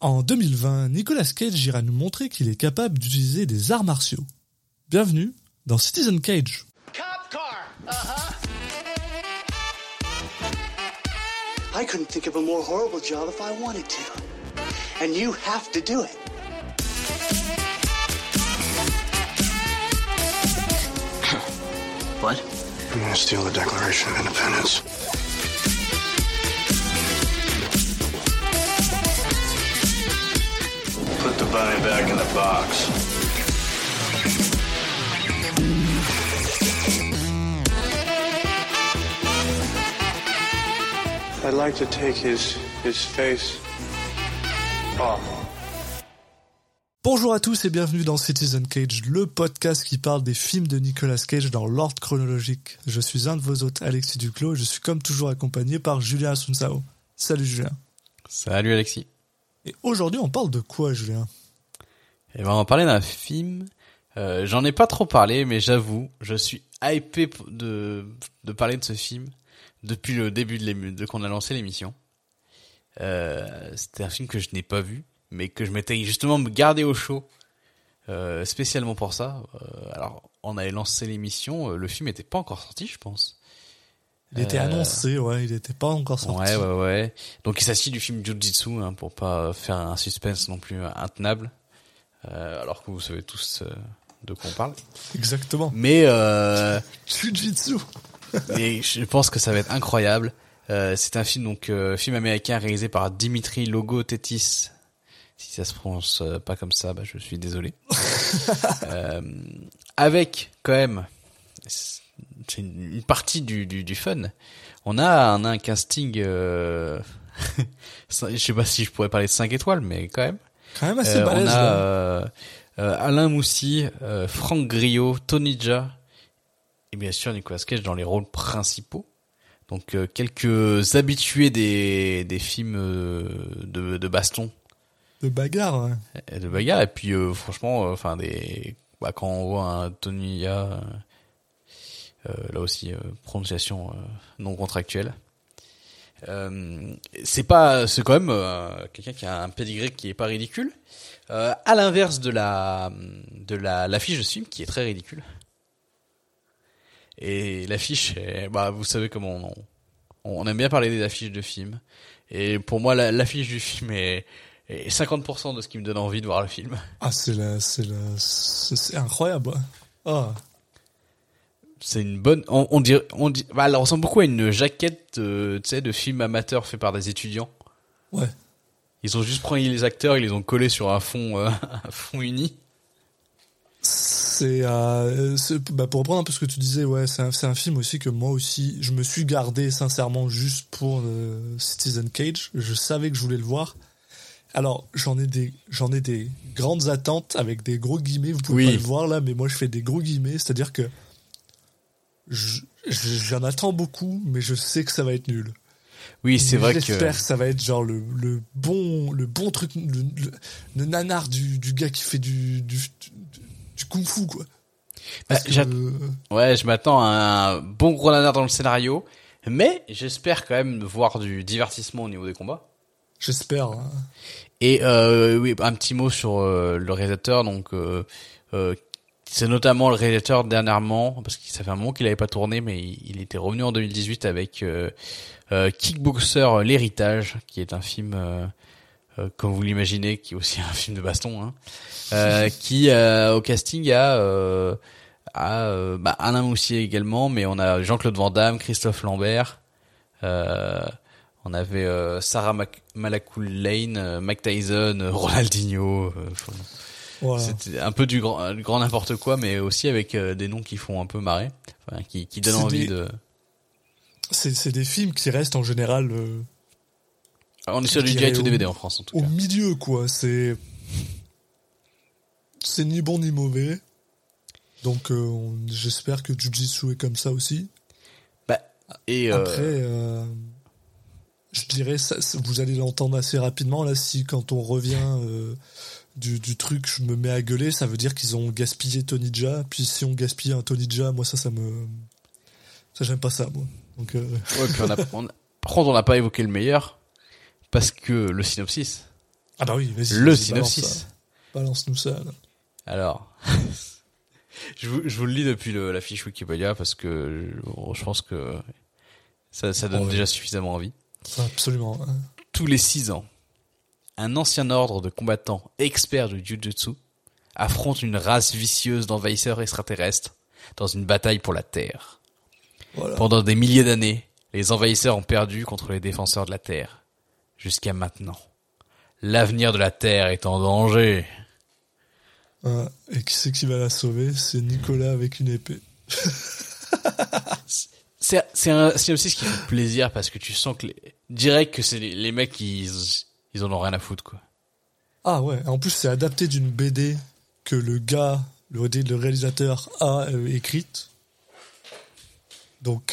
En 2020, Nicolas Cage ira nous montrer qu'il est capable d'utiliser des arts martiaux. Bienvenue dans Citizen Cage. Cop car. Uh-huh. I couldn't think of a more horrible job if I wanted to. And you have to do it. What? I'm gonna steal the Declaration of Independence. Put the bunny back in the box. I'd like to take his face off. Bonjour à tous et bienvenue dans Citizen Cage, le podcast qui parle des films de Nicolas Cage dans l'ordre chronologique. Je suis un de vos hôtes, Alexis Duclos, et je suis comme toujours accompagné par Julien Asunsao. Salut Julien. Salut Alexis. Et aujourd'hui on parle de quoi, Julien ? Et ben on va parler d'un film. J'en ai pas trop parlé, mais j'avoue, je suis hypé de parler de ce film depuis le début de qu'on a lancé l'émission. C'était un film que je n'ai pas vu, mais que je m'étais justement gardé au chaud, spécialement pour ça. Alors, on avait lancé l'émission, le film était pas encore sorti, je pense. Il était annoncé, ouais, il était pas encore sorti. Ouais. Donc il s'agit du film Jujitsu, hein, pour pas faire un suspense non plus intenable. Alors que vous savez tous de quoi on parle. Exactement. Mais Jujitsu. mais je pense que ça va être incroyable. C'est un film film américain réalisé par Dimitri Logothetis. Si ça se prononce pas comme ça, bah je suis désolé. Avec quand même c'est une partie du fun. On a un casting je sais pas si je pourrais parler de 5 étoiles, mais quand même. Quand même assez balèze. On a Alain Moussy, Franck Griot, Tony Jaa et bien sûr Nicolas Cage dans les rôles principaux. Donc quelques habitués des films de baston, de bagarre. Ouais. De bagarre, et puis franchement quand on voit un Tony Jaa là aussi prononciation non contractuelle. C'est quand même quelqu'un qui a un pédigré qui est pas ridicule. À l'inverse de l'affiche de ce film qui est très ridicule. Et l'affiche, vous savez comment on aime bien parler des affiches de films. Et pour moi, l'affiche du film est 50% de ce qui me donne envie de voir le film. Ah, c'est incroyable. Ah. C'est une bonne, on dit, elle ressemble beaucoup à une jaquette, tu sais, de film amateur fait par des étudiants. Ouais. Ils ont juste pris les acteurs, ils les ont collés sur un fond uni. Pour reprendre un peu ce que tu disais, ouais, c'est un film aussi que moi aussi, je me suis gardé sincèrement juste pour Citizen Cage. Je savais que je voulais le voir. Alors, j'en ai des grandes attentes avec des gros guillemets. Vous pouvez pas le voir là, mais moi je fais des gros guillemets, c'est-à-dire que j'en attends beaucoup, mais je sais que ça va être nul. Oui, c'est vrai que j'espère que ça va être genre le bon truc, le nanar du gars qui fait du kung-fu, quoi. Je m'attends à un bon gros nanar dans le scénario, mais j'espère quand même voir du divertissement au niveau des combats. J'espère. Hein. Et oui, un petit mot sur le réalisateur, donc c'est notamment le réalisateur dernièrement, parce que ça fait un moment qu'il avait pas tourné, mais il était revenu en 2018 avec Kickboxer l'héritage, qui est un film comme vous l'imaginez, qui est aussi un film de baston, hein, qui au casting a Alain Moussy également, mais on a Jean-Claude Van Damme, Christophe Lambert, on avait Sarah Malakoulaine, Mike Tyson, Ronaldinho. Voilà. C'était un peu du grand n'importe quoi, mais aussi avec des noms qui font un peu marrer, qui donnent envie de. C'est des films qui restent en général. On est sur du direct ou DVD en France en tout cas. Au milieu, quoi. C'est ni bon ni mauvais. Donc j'espère que Jujitsu est comme ça aussi. Après, je dirais ça, vous allez l'entendre assez rapidement là. Si quand on revient du truc, je me mets à gueuler, ça veut dire qu'ils ont gaspillé Tony Jaa. Puis si on gaspille un Tony Jaa, moi ça j'aime pas ça, moi. Donc ouais, puis par contre on n'a pas évoqué le meilleur parce que le synopsis. Ah bah oui, vas-y. Le vas-y, synopsis. Balance-nous ça. Là. Alors, je vous le lis depuis la fiche Wikipédia parce que je pense que ça donne déjà suffisamment envie. Absolument. Tous les 6 ans, un ancien ordre de combattants experts du Jujutsu affronte une race vicieuse d'envahisseurs extraterrestres dans une bataille pour la Terre. Voilà. Pendant des milliers d'années, les envahisseurs ont perdu contre les défenseurs de la Terre. Jusqu'à maintenant. L'avenir de la Terre est en danger. Et qui c'est qui va la sauver? C'est Nicolas avec une épée. C'est un synopsis qui fait plaisir parce que tu sens que direct que c'est les mecs ils en ont rien à foutre, quoi. Ah ouais, en plus c'est adapté d'une BD que le réalisateur a écrite. Donc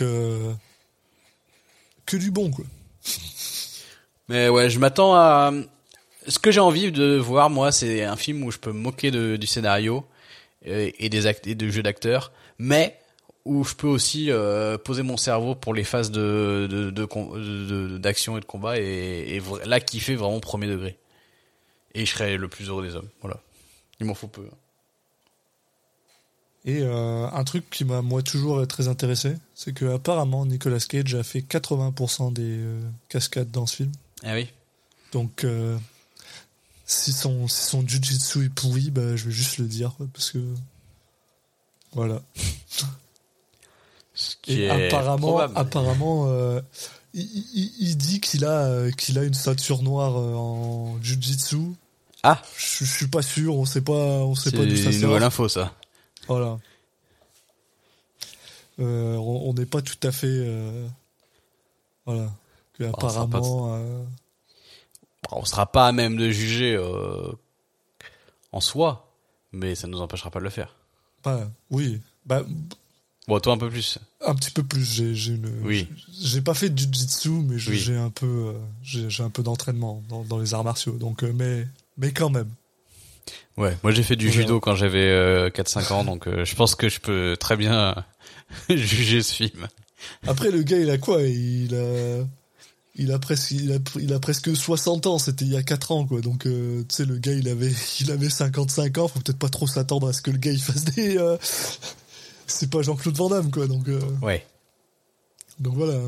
que du bon, quoi. Mais ouais, je m'attends à... Ce que j'ai envie de voir, moi, c'est un film où je peux me moquer du scénario et du jeu d'acteurs, mais où je peux aussi poser mon cerveau pour les phases d'action et de combat et là kiffer vraiment premier degré. Et je serai le plus heureux des hommes. Voilà. Il m'en faut peu. Et un truc qui m'a moi toujours très intéressé, c'est que apparemment Nicolas Cage a fait 80% des cascades dans ce film. Ah oui. Donc si son jujitsu est pourri, bah je vais juste le dire parce que voilà. Ce qui et est apparemment probable. il dit qu'il a une ceinture noire en jujitsu. Ah, je suis pas sûr, on sait pas d'où ça c'est une nouvelle info, ça. Voilà. On n'est pas tout à fait voilà. Que apparemment on sera pas à même de juger en soi, mais ça nous empêchera pas de le faire. bah oui. Bah bon, toi un peu plus. Un petit peu plus, j'ai pas fait de jiu-jitsu, mais j'ai un peu d'entraînement dans les arts martiaux, donc mais quand même. Ouais, moi j'ai fait du judo quand j'avais 4-5 ans, donc je pense que je peux très bien juger ce film. Après le gars il a quoi? Il a presque 60 ans, c'était il y a 4 ans, quoi. Donc tu sais, le gars il avait 55 ans, faut peut-être pas trop s'attendre à ce que le gars il fasse des c'est pas Jean-Claude Van Damme, quoi, donc ouais. Donc voilà.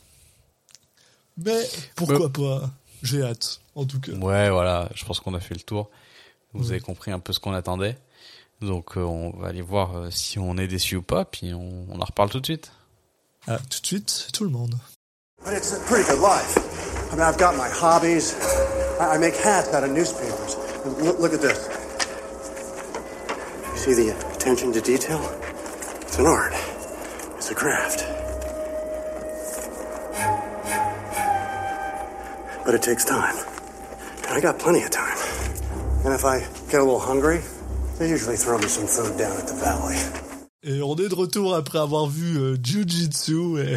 Mais pourquoi pas? J'ai hâte, en tout cas. Ouais, voilà, je pense qu'on a fait le tour. Vous avez compris un peu ce qu'on attendait. Donc on va aller voir si on est déçu ou pas, puis on en reparle tout de suite. Ah, tout de suite, tout le monde. But it's a pretty good life. I mean, I've got my hobbies. I make hats out of newspapers. Look at this. You see the attention to detail? It's an art. It's a craft. But it takes time. And I got plenty of time. And if I get a little hungry, they usually throw me some food down at the valley. Et on est de retour après avoir vu Jiu-Jitsu et...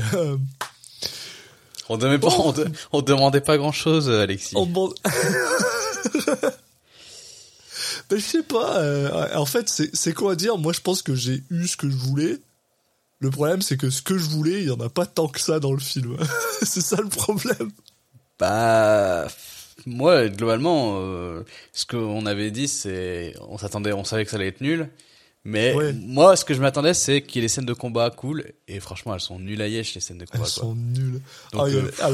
On demandait pas grand-chose, Alexis. On demande... Ben, je sais pas. En fait, c'est quoi à dire? Moi, je pense que j'ai eu ce que je voulais. Le problème, c'est que ce que je voulais, il y en a pas tant que ça dans le film. C'est ça le problème. Bah, moi, globalement, ce qu'on avait dit, c'est, on savait que ça allait être nul. Mais ouais. Moi, ce que je m'attendais, c'est qu'il y ait des scènes de combat cool. Et franchement, elles sont nulles à yesh, les scènes de combat. Elles sont nulles. Donc,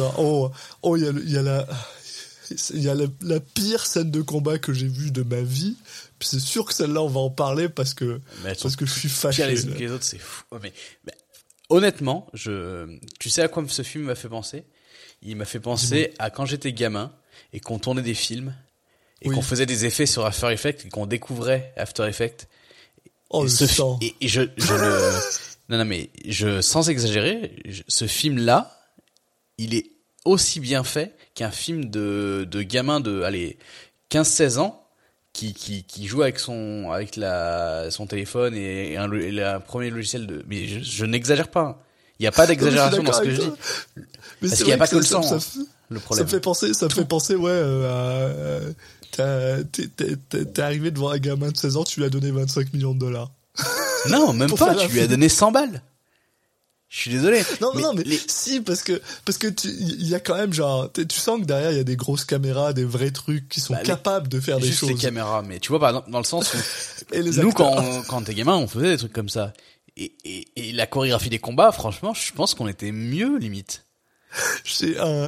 il y a la pire scène de combat que j'ai vue de ma vie. Puis c'est sûr que celle-là, on va en parler parce que je suis fâché. Les autres, c'est fou. Mais honnêtement, tu sais à quoi ce film m'a fait penser? Il m'a fait penser à quand j'étais gamin et qu'on tournait des films et qu'on faisait des effets sur After Effects et qu'on découvrait After Effects. Oh, sans exagérer, ce film-là, il est aussi bien fait qu'un film de gamin de 15-16 ans qui joue avec son téléphone et un premier logiciel de... Mais je n'exagère pas. Il n'y a pas d'exagération dans ce que je dis. Parce qu'il n'y a pas que le sang, le problème. Ça me fait penser, t'es arrivé devant un gamin de 16 ans, tu lui as donné 25 millions de dollars. Non, même pas, tu lui as donné 100 balles. Je suis désolé. Non, mais si, parce que il y a quand même genre, tu sens que derrière il y a des grosses caméras, des vrais trucs qui sont capables de faire des juste choses. les caméras, mais tu vois, par exemple, dans le sens où Et les nous, acteurs. quand t'es gamin, on faisait des trucs comme ça. Et la chorégraphie des combats, franchement, je pense qu'on était mieux, limite. J'ai un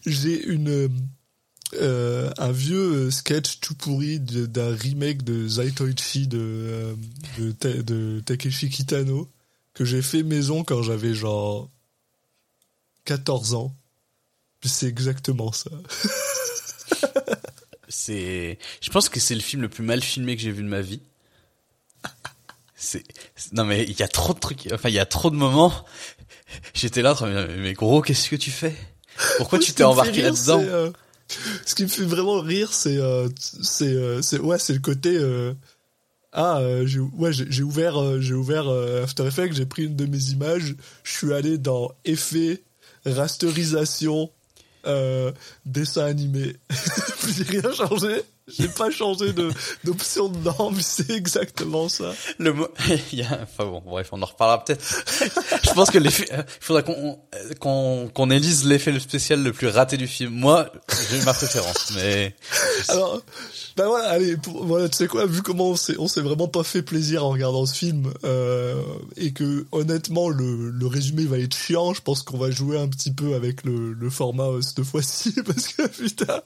vieux sketch tout pourri d'un remake de Zaitoichi de Takeshi Kitano que j'ai fait maison quand j'avais genre 14 ans. Puis c'est exactement ça. Je pense que c'est le film le plus mal filmé que j'ai vu de ma vie. Non mais il y a trop de trucs, enfin il y a trop de moments. J'étais là, mais gros, qu'est-ce que tu fais? Pourquoi tu t'es embarqué là-dedans? Ce qui me fait vraiment rire, c'est le côté j'ai ouvert After Effects, j'ai pris une de mes images, je suis allé dans effets, rasterisation, dessin animé. Puis j'ai rien changé. J'ai pas changé d'option dedans, mais c'est exactement ça. Enfin bon, bref, on en reparlera peut-être. Je pense que il faudra qu'on élise l'effet spécial le plus raté du film. Moi, j'ai ma préférence, mais. Alors, ben voilà, allez, voilà, tu sais quoi, vu comment on s'est vraiment pas fait plaisir en regardant ce film, et que, honnêtement, le résumé va être chiant, je pense qu'on va jouer un petit peu avec le format cette fois-ci, parce que, putain.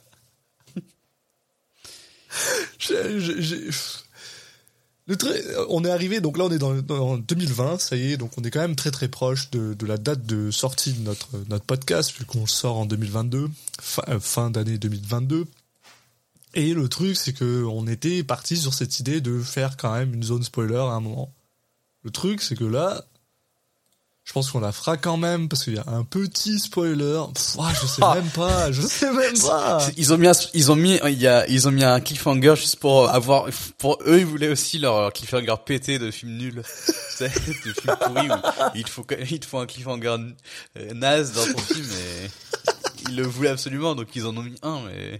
On est arrivé, donc là on est dans 2020, ça y est, donc on est quand même très très proche de la date de sortie de notre podcast, vu qu'on le sort en 2022, fin d'année 2022. Et le truc, c'est que on était parti sur cette idée de faire quand même une zone spoiler à un moment. Le truc, c'est que là, je pense qu'on la fera quand même, parce qu'il y a un petit spoiler. Je sais même pas. Ils ont mis un cliffhanger juste pour eux, ils voulaient aussi leur cliffhanger pété de film nul. De film pourri où il te faut un cliffhanger naze dans ton film, et ils le voulaient absolument, donc ils en ont mis un, mais.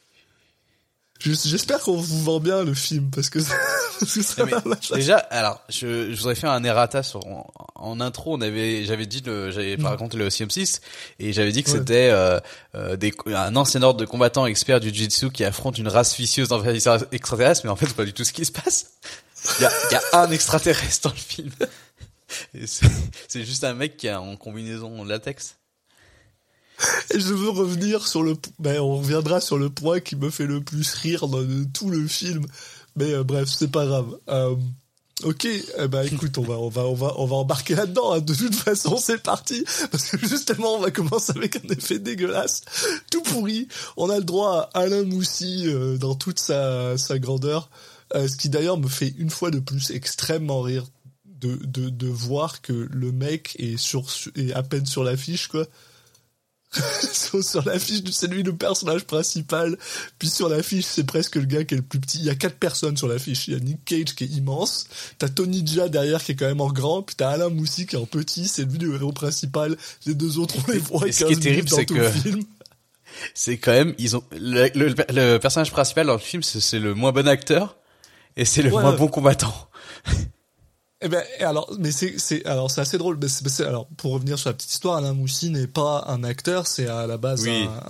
J'espère qu'on vous vend bien le film, parce que ça déjà, alors, je vous avais fait un errata en intro, j'avais pas raconté le Ocean 6, et j'avais dit que c'était, un ancien ordre de combattants experts du Jiu-Jitsu qui affronte une race vicieuse d'envahisseurs extraterrestres, mais en fait, c'est pas du tout ce qui se passe. Il y a un extraterrestre dans le film. Et c'est juste un mec qui est en combinaison latex. Et je veux revenir sur on reviendra sur le point qui me fait le plus rire dans tout le film. Mais bref, c'est pas grave. Ok, écoute, on va embarquer là-dedans. Hein. De toute façon, c'est parti. Parce que justement, on va commencer avec un effet dégueulasse, tout pourri. On a le droit à Alain Moussy dans toute sa grandeur. Ce qui d'ailleurs me fait une fois de plus extrêmement rire de voir que le mec est à peine sur l'affiche, quoi. Sur l'affiche, c'est lui le personnage principal, puis sur l'affiche c'est presque le gars qui est le plus petit. Il y a 4 personnes sur l'affiche. Il y a Nick Cage qui est immense, t'as Tony Jaa derrière qui est quand même en grand, puis t'as Alain Moussy qui est en petit. C'est lui le héros principal. Les deux autres on les voit 15 minutes dans tout le film. C'est quand même, ils ont le personnage principal dans le film, c'est le moins bon acteur et c'est le moins bon combattant. Alors c'est assez drôle. Alors, pour revenir sur la petite histoire, Alain Moussy n'est pas un acteur, c'est à la base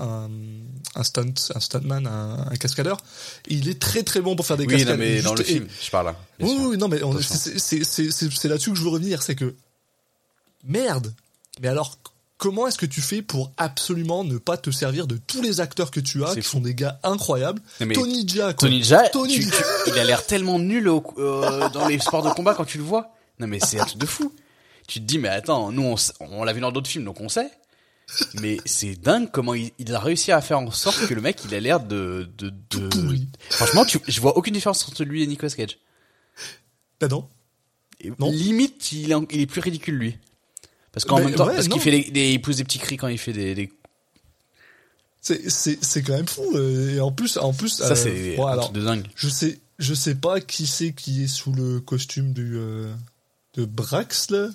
un stuntman, un cascadeur. Il est très très bon pour faire des cascades. Oui, non, mais dans le film, je parle là. Oui, non, mais c'est là-dessus que je veux revenir, c'est que merde. Mais alors, comment est-ce que tu fais pour absolument ne pas te servir de tous les acteurs que tu as, qui sont des gars incroyables? Tony Jaa, il a l'air tellement nul dans les sports de combat quand tu le vois. Non mais c'est un truc de fou. Tu te dis, mais attends, nous on l'a vu dans d'autres films, donc on sait. Mais c'est dingue comment il a réussi à faire en sorte que le mec, il a l'air de... Franchement, je vois aucune différence entre lui et Nicolas Cage. Non. Limite, il est plus ridicule, lui. Parce qu'en même temps, qu'il fait il pousse des petits cris quand il fait des... C'est quand même fou. Et en plus, ça c'est un truc de dingue. Je sais pas qui est sous le costume de Brax, là.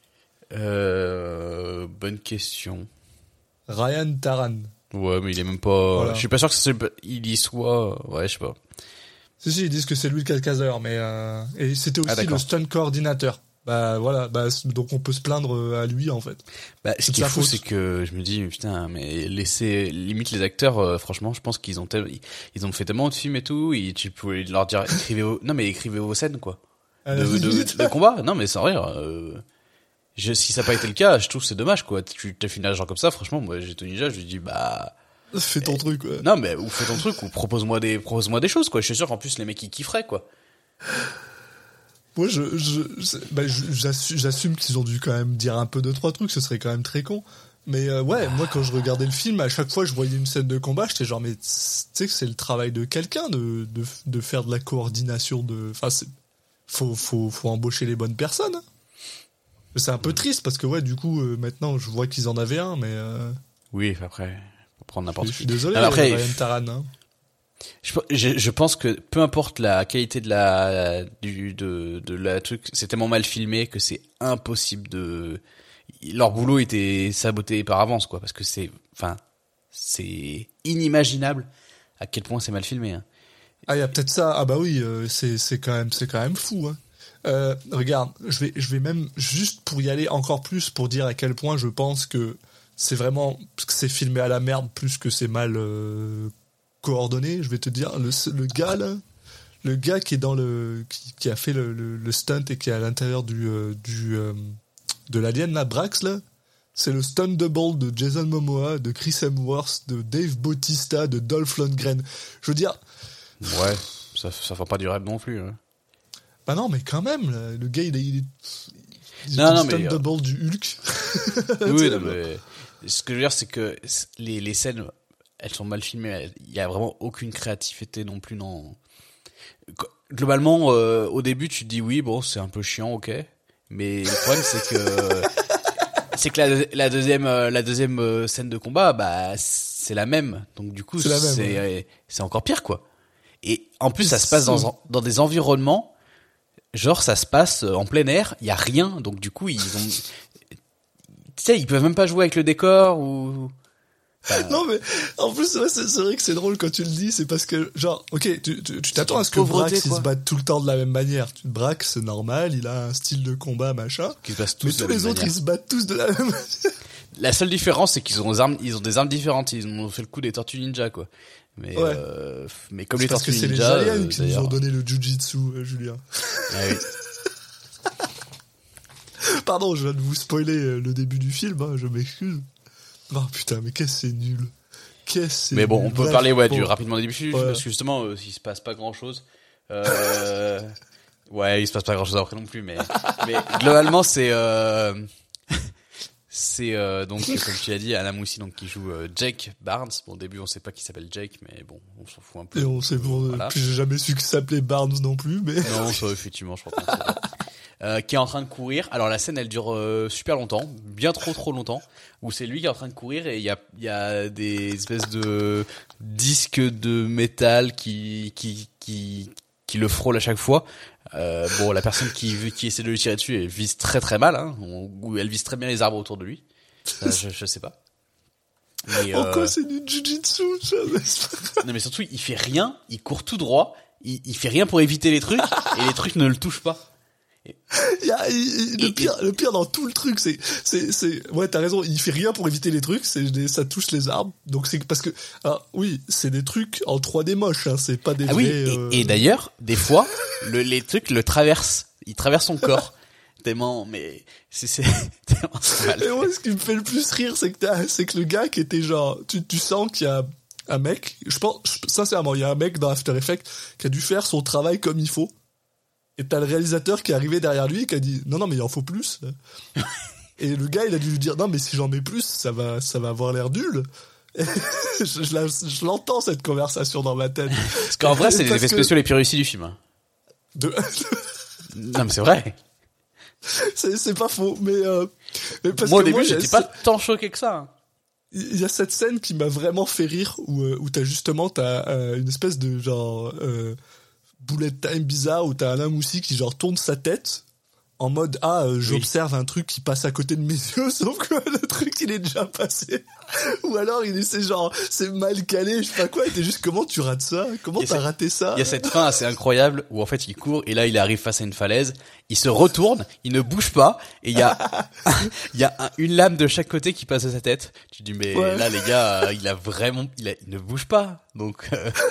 Bonne question. Ryan Taran. Ouais, mais il est même pas... Voilà. Je suis pas sûr il y soit... Ouais, je sais pas. Si, ils disent que c'est lui le cascadeur, mais... Et c'était aussi le stunt coordinateur Bah voilà, donc on peut se plaindre à lui en fait. Bah, ce qui est fou, c'est que je me dis, putain, mais limite les acteurs, franchement, je pense qu'ils ont fait tellement de films et tout, tu pouvais leur dire, écrivez vos scènes, quoi. De combat. Non, mais sans rire. Si ça n'a pas été le cas, je trouve que c'est dommage, quoi. Tu t'as fait un genre comme ça, franchement, moi, j'ai Tony Jaa, je lui dis, fais ton truc, quoi. Non, mais, ou fais ton truc, ou propose-moi des choses, quoi. Je suis sûr qu'en plus, les mecs, ils kifferaient, quoi. Moi, j'assume qu'ils ont dû quand même dire un peu 2-3 trucs, ce serait quand même très con. Mais moi, quand je regardais le film, à chaque fois, je voyais une scène de combat, j'étais genre, mais tu sais que c'est le travail de quelqu'un de faire de la coordination enfin, faut embaucher les bonnes personnes. Hein. C'est un peu triste parce que, ouais, du coup, maintenant, je vois qu'ils en avaient un, mais. Oui, après, faut prendre n'importe qui. Je suis désolé, après, Ryan Taran, hein. Je pense que peu importe la qualité de la truc, c'est tellement mal filmé que c'est impossible leur boulot était saboté par avance, quoi, parce que c'est inimaginable à quel point c'est mal filmé, hein. Ah, il y a peut-être ça. Ah bah oui, c'est quand même fou, hein. Regarde, je vais même juste pour y aller encore plus pour dire à quel point je pense que c'est vraiment que c'est filmé à la merde plus que c'est mal coordonné. Je vais te dire le gars là, le gars qui est dans qui a fait le stunt et qui est à l'intérieur de l'alien là, Brax là, c'est le stunt double de Jason Momoa, de Chris Hemsworth, de Dave Bautista, de Dolph Lundgren. Je veux dire. Ouais, ça va pas durer non plus. Hein. Bah non, mais quand même, là, le gars, il est non, stunt mais double du Hulk. Oui, non, mais ce que je veux dire, c'est que les scènes, elles sont mal filmées. Il y a vraiment aucune créativité non plus dans. Globalement, au début, tu te dis oui, bon, c'est un peu chiant, ok. Mais le problème, c'est que la deuxième scène de combat, c'est la même. Donc du coup, c'est encore pire, quoi. Et en plus, ça se passe dans des environnements. Genre, ça se passe en plein air, il y a rien, donc du coup, tu sais, ils peuvent même pas jouer avec le décor ou. Non, mais en plus, ouais, c'est vrai que c'est drôle quand tu le dis, c'est parce que, genre, ok, tu t'attends à ce que Brax il se batte tout le temps de la même manière. Brax, c'est normal, il a un style de combat, machin. Mais tous les autres, ils se battent tous de la même manière. La seule différence, c'est qu'ils ont des armes différentes. Ils ont fait le coup des Tortues Ninja, quoi. Mais, ouais. Mais comme les Tortues Ninja. Parce que c'est les aliens qui nous ont donné le Jujitsu, Julien. Ah oui. Pardon, je viens de vous spoiler le début du film, hein, je m'excuse. Oh putain, mais qu'est-ce que c'est nul. Mais bon, on peut parler rapidement du début du film, parce que justement, il se passe pas grand-chose. Ouais, il se passe pas grand-chose après non plus, mais globalement, c'est donc comme tu l'as dit, Alain Moussy donc qui joue Jake Barnes. Bon, au début on sait pas qu'il s'appelle Jake, mais bon, on s'en fout un peu. Et on sait voilà. Puis j'ai jamais su qu'il s'appelait Barnes non plus, mais non, ça effectivement, je crois pas. Qui est en train de courir. Alors la scène elle dure super longtemps, bien trop longtemps, où c'est lui qui est en train de courir et il y a des espèces de disques de métal qui le frôlent à chaque fois. Bon, la personne qui essaie de lui tirer dessus, elle vise très très mal, hein, ou elle vise très bien les arbres autour de lui. Je sais pas. Mais, pourquoi c'est du jujitsu, ça? Non, mais surtout, il fait rien, il court tout droit, il fait rien pour éviter les trucs, et les trucs ne le touchent pas. Le pire dans tout le truc, c'est ouais, t'as raison, il fait rien pour éviter les trucs, ça touche les arbres, donc c'est parce que, oui, c'est des trucs en 3D moches, hein, c'est pas des vrais, oui, et d'ailleurs, des fois, les trucs le traversent, il traverse son corps. Tellement, mais c'est tellement mal. Et moi, ce qui me fait le plus rire, c'est que le gars qui était genre, tu sens qu'il y a un mec, je pense, sincèrement, il y a un mec dans After Effects qui a dû faire son travail comme il faut. Et t'as le réalisateur qui est arrivé derrière lui et qui a dit non mais il en faut plus. Et le gars il a dû lui dire non mais si j'en mets plus ça va avoir l'air nul. Je l'entends cette conversation dans ma tête. Parce qu'en vrai c'est les effets spéciaux les plus réussis du film. Hein. Non mais c'est vrai. C'est pas faux mais parce moi que au début j'étais pas tant choqué que ça. Hein. Il y a cette scène qui m'a vraiment fait rire où t'as une espèce de genre bullet time bizarre où t'as Alain Moussy qui genre tourne sa tête en mode j'observe un truc qui passe à côté de mes yeux, sauf que le truc il est déjà passé. Ou alors c'est mal calé, je sais pas quoi, et t'es juste comment tu rates ça? Comment t'as raté ça? Il y a cette fin assez incroyable où en fait il court et là il arrive face à une falaise, il se retourne, il ne bouge pas et il y a une lame de chaque côté qui passe à sa tête. Tu te dis mais là les gars, il ne bouge pas. Donc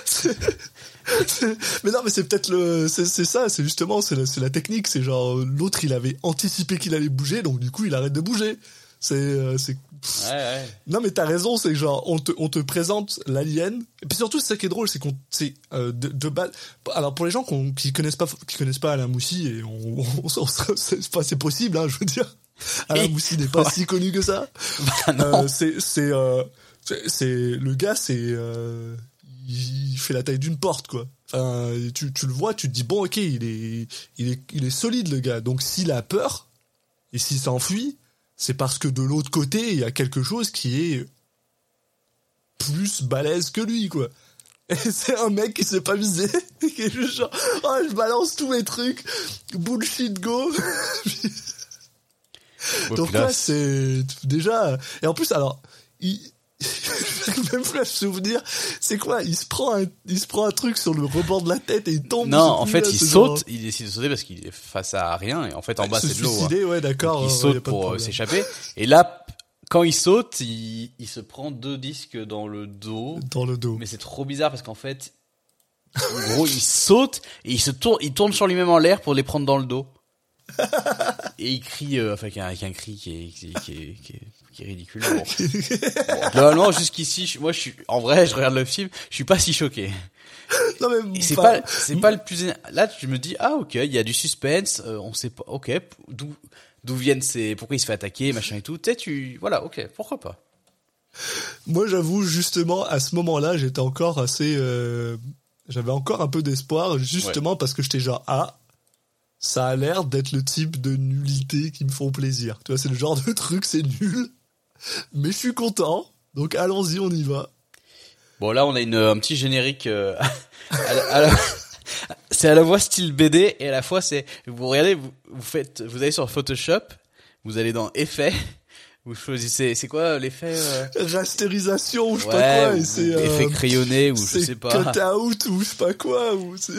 mais non, mais c'est peut-être c'est ça, c'est justement c'est la technique, c'est genre l'autre il avait anticipé qu'il allait bouger, donc du coup il arrête de bouger. Ouais. Non mais t'as raison, c'est genre on te présente l'alien et puis surtout c'est ça qui est drôle, c'est qu'on de base. Alors pour les gens qui connaissent pas Alain Moussy et c'est possible hein, je veux dire. Alain Moussy n'est pas si connu que ça. Bah non. C'est le gars, il fait la taille d'une porte quoi. Enfin tu le vois, tu te dis bon ok il est solide le gars, donc s'il a peur et s'il s'enfuit, c'est parce que de l'autre côté, il y a quelque chose qui est plus balèze que lui, quoi. Et c'est un mec qui s'est pas visé, qui est juste genre, je balance tous mes trucs, bullshit go. Donc là, c'est déjà... Et en plus, alors, même plus à se souvenir, c'est quoi? Il se prend un truc sur le rebord de la tête et il tombe. Non, en fait, il saute, il décide de sauter parce qu'il est face à rien et en fait en bas c'est de l'eau. Ouais, d'accord. Donc, il saute pour s'échapper et là quand il saute, il se prend 2 disques dans le dos. Mais c'est trop bizarre parce qu'en fait en gros, il saute et il tourne sur lui-même en l'air pour les prendre dans le dos. Et il crie avec un cri qui est ridicule. Bon. Globalement jusqu'ici, moi je regarde le film, je suis pas si choqué. Non mais et c'est pas le plus là je me dis ok, il y a du suspense, on sait pas d'où viennent pourquoi il se fait attaquer machin et tout. Voilà, ok, pourquoi pas. Moi j'avoue justement à ce moment-là, j'étais encore assez j'avais encore un peu d'espoir justement parce que j'étais genre ça a l'air d'être le type de nullité qui me font plaisir. Tu vois, c'est le genre de truc, c'est nul. Mais je suis content. Donc allons-y, on y va. Bon, là, on a un petit générique c'est à la fois style BD et à la fois c'est... Vous regardez, vous allez sur Photoshop, vous allez dans Effets, vous choisissez... C'est quoi l'effet Rasterisation ou je sais pas quoi. Et c'est, effet crayonné ou je sais pas. Cut-out ou je sais pas quoi. Ou c'est...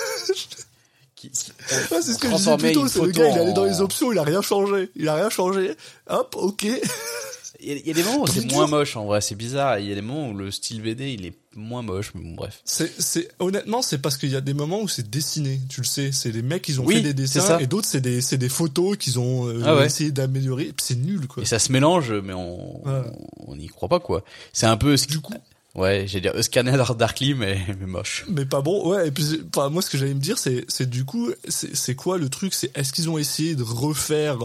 c'est ce que je disais plus tôt, c'est le gars, il est allé dans les options, il a rien changé. Hop, ok. Il y a des moments où c'est moins moche, en vrai, c'est bizarre. Il y a des moments où le style BD, il est moins moche, mais bon, bref. Honnêtement, c'est parce qu'il y a des moments où c'est dessiné, tu le sais. C'est les mecs qui ont fait des dessins, et d'autres, c'est des photos qu'ils ont essayé d'améliorer, et puis c'est nul, quoi. Et ça se mélange, mais on n'y croit pas, quoi. C'est un peu... Du coup... Ouais, j'allais dire Scanner Darkly, mais moche. Mais pas bon, ouais. Et puis, moi, ce que j'allais me dire, c'est du coup, c'est quoi le truc? C'est est-ce qu'ils ont essayé de refaire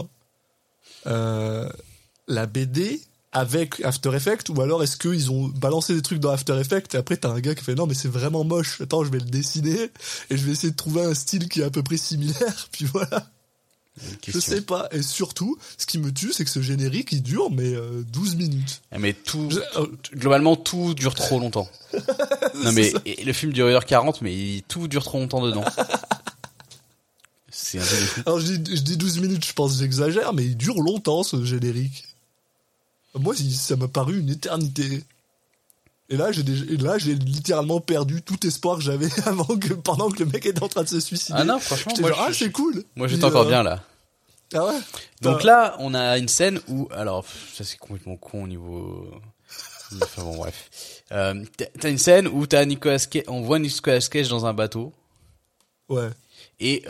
la BD avec After Effects, ou alors est-ce qu'ils ont balancé des trucs dans After Effects et après t'as un gars qui fait non mais c'est vraiment moche. Attends, je vais le dessiner et je vais essayer de trouver un style qui est à peu près similaire. Puis voilà. Je sais pas. Et surtout, ce qui me tue, c'est que ce générique, il dure, 12 minutes. Mais globalement, tout dure trop longtemps. Non, mais le film dure 1h40, mais tout dure trop longtemps dedans. C'est un peu fou. Alors, je dis 12 minutes, je pense que j'exagère, mais il dure longtemps, ce générique. Moi, ça m'a paru une éternité. Et là, j'ai littéralement perdu tout espoir que j'avais pendant que le mec était en train de se suicider. Ah non, franchement, moi, c'est cool. Moi, j'étais encore bien, là. Ah ouais? Donc là, on a une scène où, alors, ça c'est complètement con au niveau, enfin bon, bref. T'as une scène où on voit Nicolas Cage dans un bateau. Ouais. Et,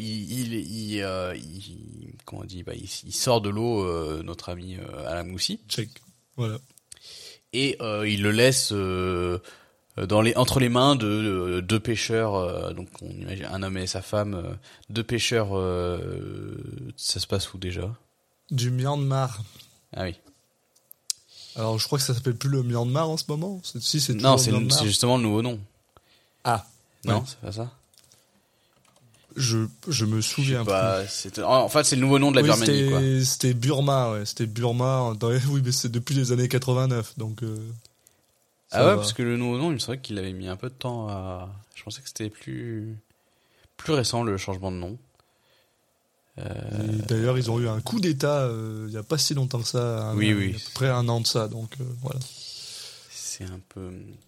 comment on dit, il sort de l'eau, notre ami, Alain Moussy. Check. Voilà. Et il le laisse entre les mains de deux pêcheurs, donc on imagine un homme et sa femme, deux pêcheurs. Ça se passe où déjà? Du Myanmar. Ah oui. Alors je crois que ça s'appelle plus le Myanmar en ce moment. Non, c'est justement le nouveau nom. Ah. Non, ouais. c'est pas ça. Je me souviens pas. En fait, c'est le nouveau nom de la Birmanie, quoi. C'était Burma, ouais. C'était Burma. Oui, mais c'est depuis les années 89, donc. Ah ouais, parce que le nouveau nom, il me semblait qu'il avait mis un peu de temps à. Je pensais que c'était plus récent le changement de nom. Et d'ailleurs, ils ont eu un coup d'état il y a pas si longtemps que ça. Oui. Il y a à peu près 1 an de ça, donc voilà. C'est un peu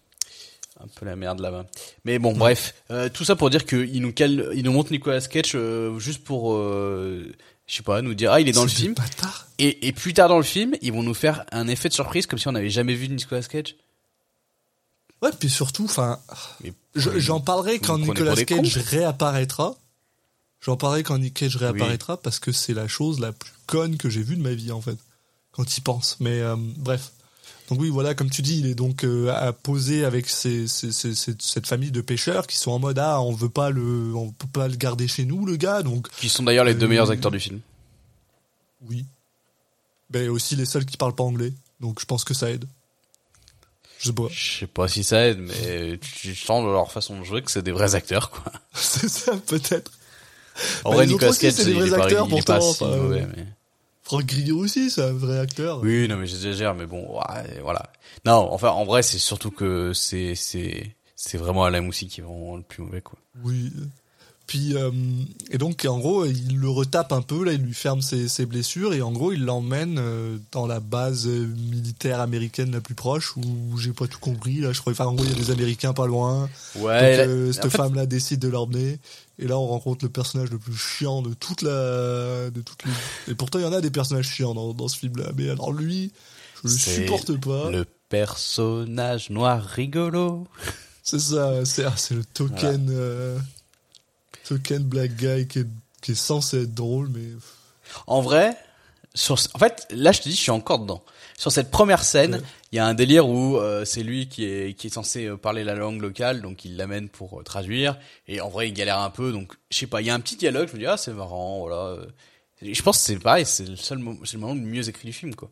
la merde là-bas. Mais bon, bref, tout ça pour dire qu'il nous montre Nicolas Cage juste pour, je sais pas, nous dire il est dans le film. Et plus tard dans le film, ils vont nous faire un effet de surprise comme si on n'avait jamais vu de Nicolas Cage. Ouais, puis surtout, enfin, j'en parlerai quand Nicolas Cage réapparaîtra. J'en parlerai quand Nick Cage réapparaîtra parce que c'est la chose la plus conne que j'ai vue de ma vie en fait, quand il pense. Mais bref. Donc oui, voilà, comme tu dis, il est donc à poser avec cette famille de pêcheurs qui sont en mode on peut pas le garder chez nous, le gars. Donc qui sont d'ailleurs les 2 meilleurs acteurs du film. Oui. Ben aussi les seuls qui parlent pas anglais. Donc je pense que ça aide. Je sais pas si ça aide, mais tu sens de leur façon de jouer que c'est des vrais acteurs, quoi. C'est ça, peut-être. En vrai, Nicolas Cage, c'est des vrais acteurs, il est pas si mauvais, mais... Franck Grillo aussi, c'est un vrai acteur. Oui, non, mais j'exagère, mais bon, ouais, voilà. Non, enfin, en vrai, c'est surtout que c'est vraiment Alain Moussi qui est vraiment le plus mauvais, quoi. Oui. Puis, et donc, en gros, il le retape un peu, là, il lui ferme ses blessures, et en gros, il l'emmène dans la base militaire américaine la plus proche, où j'ai pas tout compris, là, je crois, enfin, en gros, il y a des Américains pas loin. Ouais. Donc, cette femme-là décide de l'emmener, et là, on rencontre le personnage le plus chiant de toutes les... Et pourtant, il y en a des personnages chiants dans ce film-là, mais alors lui, je le supporte pas. Le personnage noir rigolo. C'est ça, c'est le token... Voilà. Token black guy qui est censé être drôle, mais... En vrai, en fait, là, je te dis, je suis encore dedans. Sur cette première scène, il y a un délire où c'est lui qui est censé parler la langue locale, donc il l'amène pour traduire. Et en vrai, il galère un peu, donc je sais pas. Il y a un petit dialogue, je me dis c'est marrant, voilà. Je pense que c'est pareil, c'est le moment le mieux écrit du film, quoi.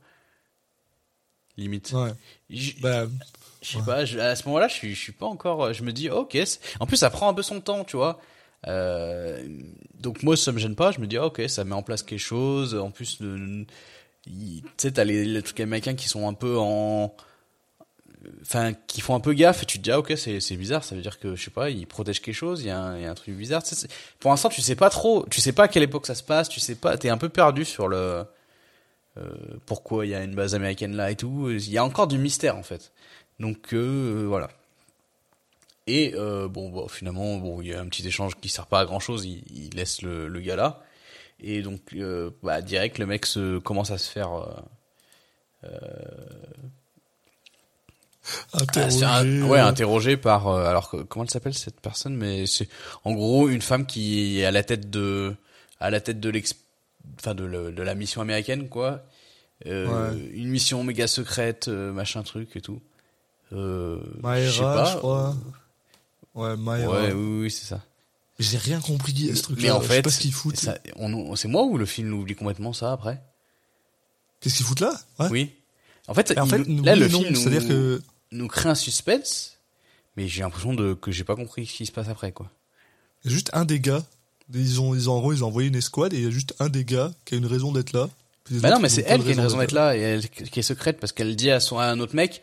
Limite. Ouais. Je sais pas. À ce moment-là, je suis pas encore. Je me dis ok. En plus, ça prend un peu son temps, tu vois. Donc moi ça me gêne pas, je me dis ok, ça met en place quelque chose. En plus tu sais, t'as les trucs américains qui sont un peu qui font un peu gaffe, et tu te dis ok, c'est bizarre, ça veut dire que je sais pas, ils protègent quelque chose, il y a un truc bizarre, tu sais, pour l'instant tu sais pas trop, tu sais pas à quelle époque ça se passe, tu sais pas, t'es un peu perdu sur le pourquoi il y a une base américaine là et tout, il y a encore du mystère en fait, donc voilà. Et finalement, il y a un petit échange qui sert pas à grand chose. Il laisse le gars là, et donc direct le mec commence à se faire interroger par alors comment elle s'appelle cette personne, mais c'est en gros une femme qui est à la tête de la mission américaine, quoi. Une mission méga secrète, machin truc et tout. Maïra, je crois. Ouais, Maïra. Ouais, oui, c'est ça. J'ai rien compris à ce truc-là. Mais en fait, je sais pas ce qu'ils foutent. C'est moi ou le film oublie complètement ça après? Qu'est-ce qu'ils foutent là? Ouais. Oui. En fait, le film c'est-à-dire que nous crée un suspense, mais j'ai l'impression que j'ai pas compris ce qui se passe après, quoi. Il y a juste un des gars. Ils ont envoyé une escouade et il y a juste un des gars qui a une raison d'être là. Bah non, mais c'est elle qui a une raison d'être là, et qui est secrète parce qu'elle dit à un autre mec,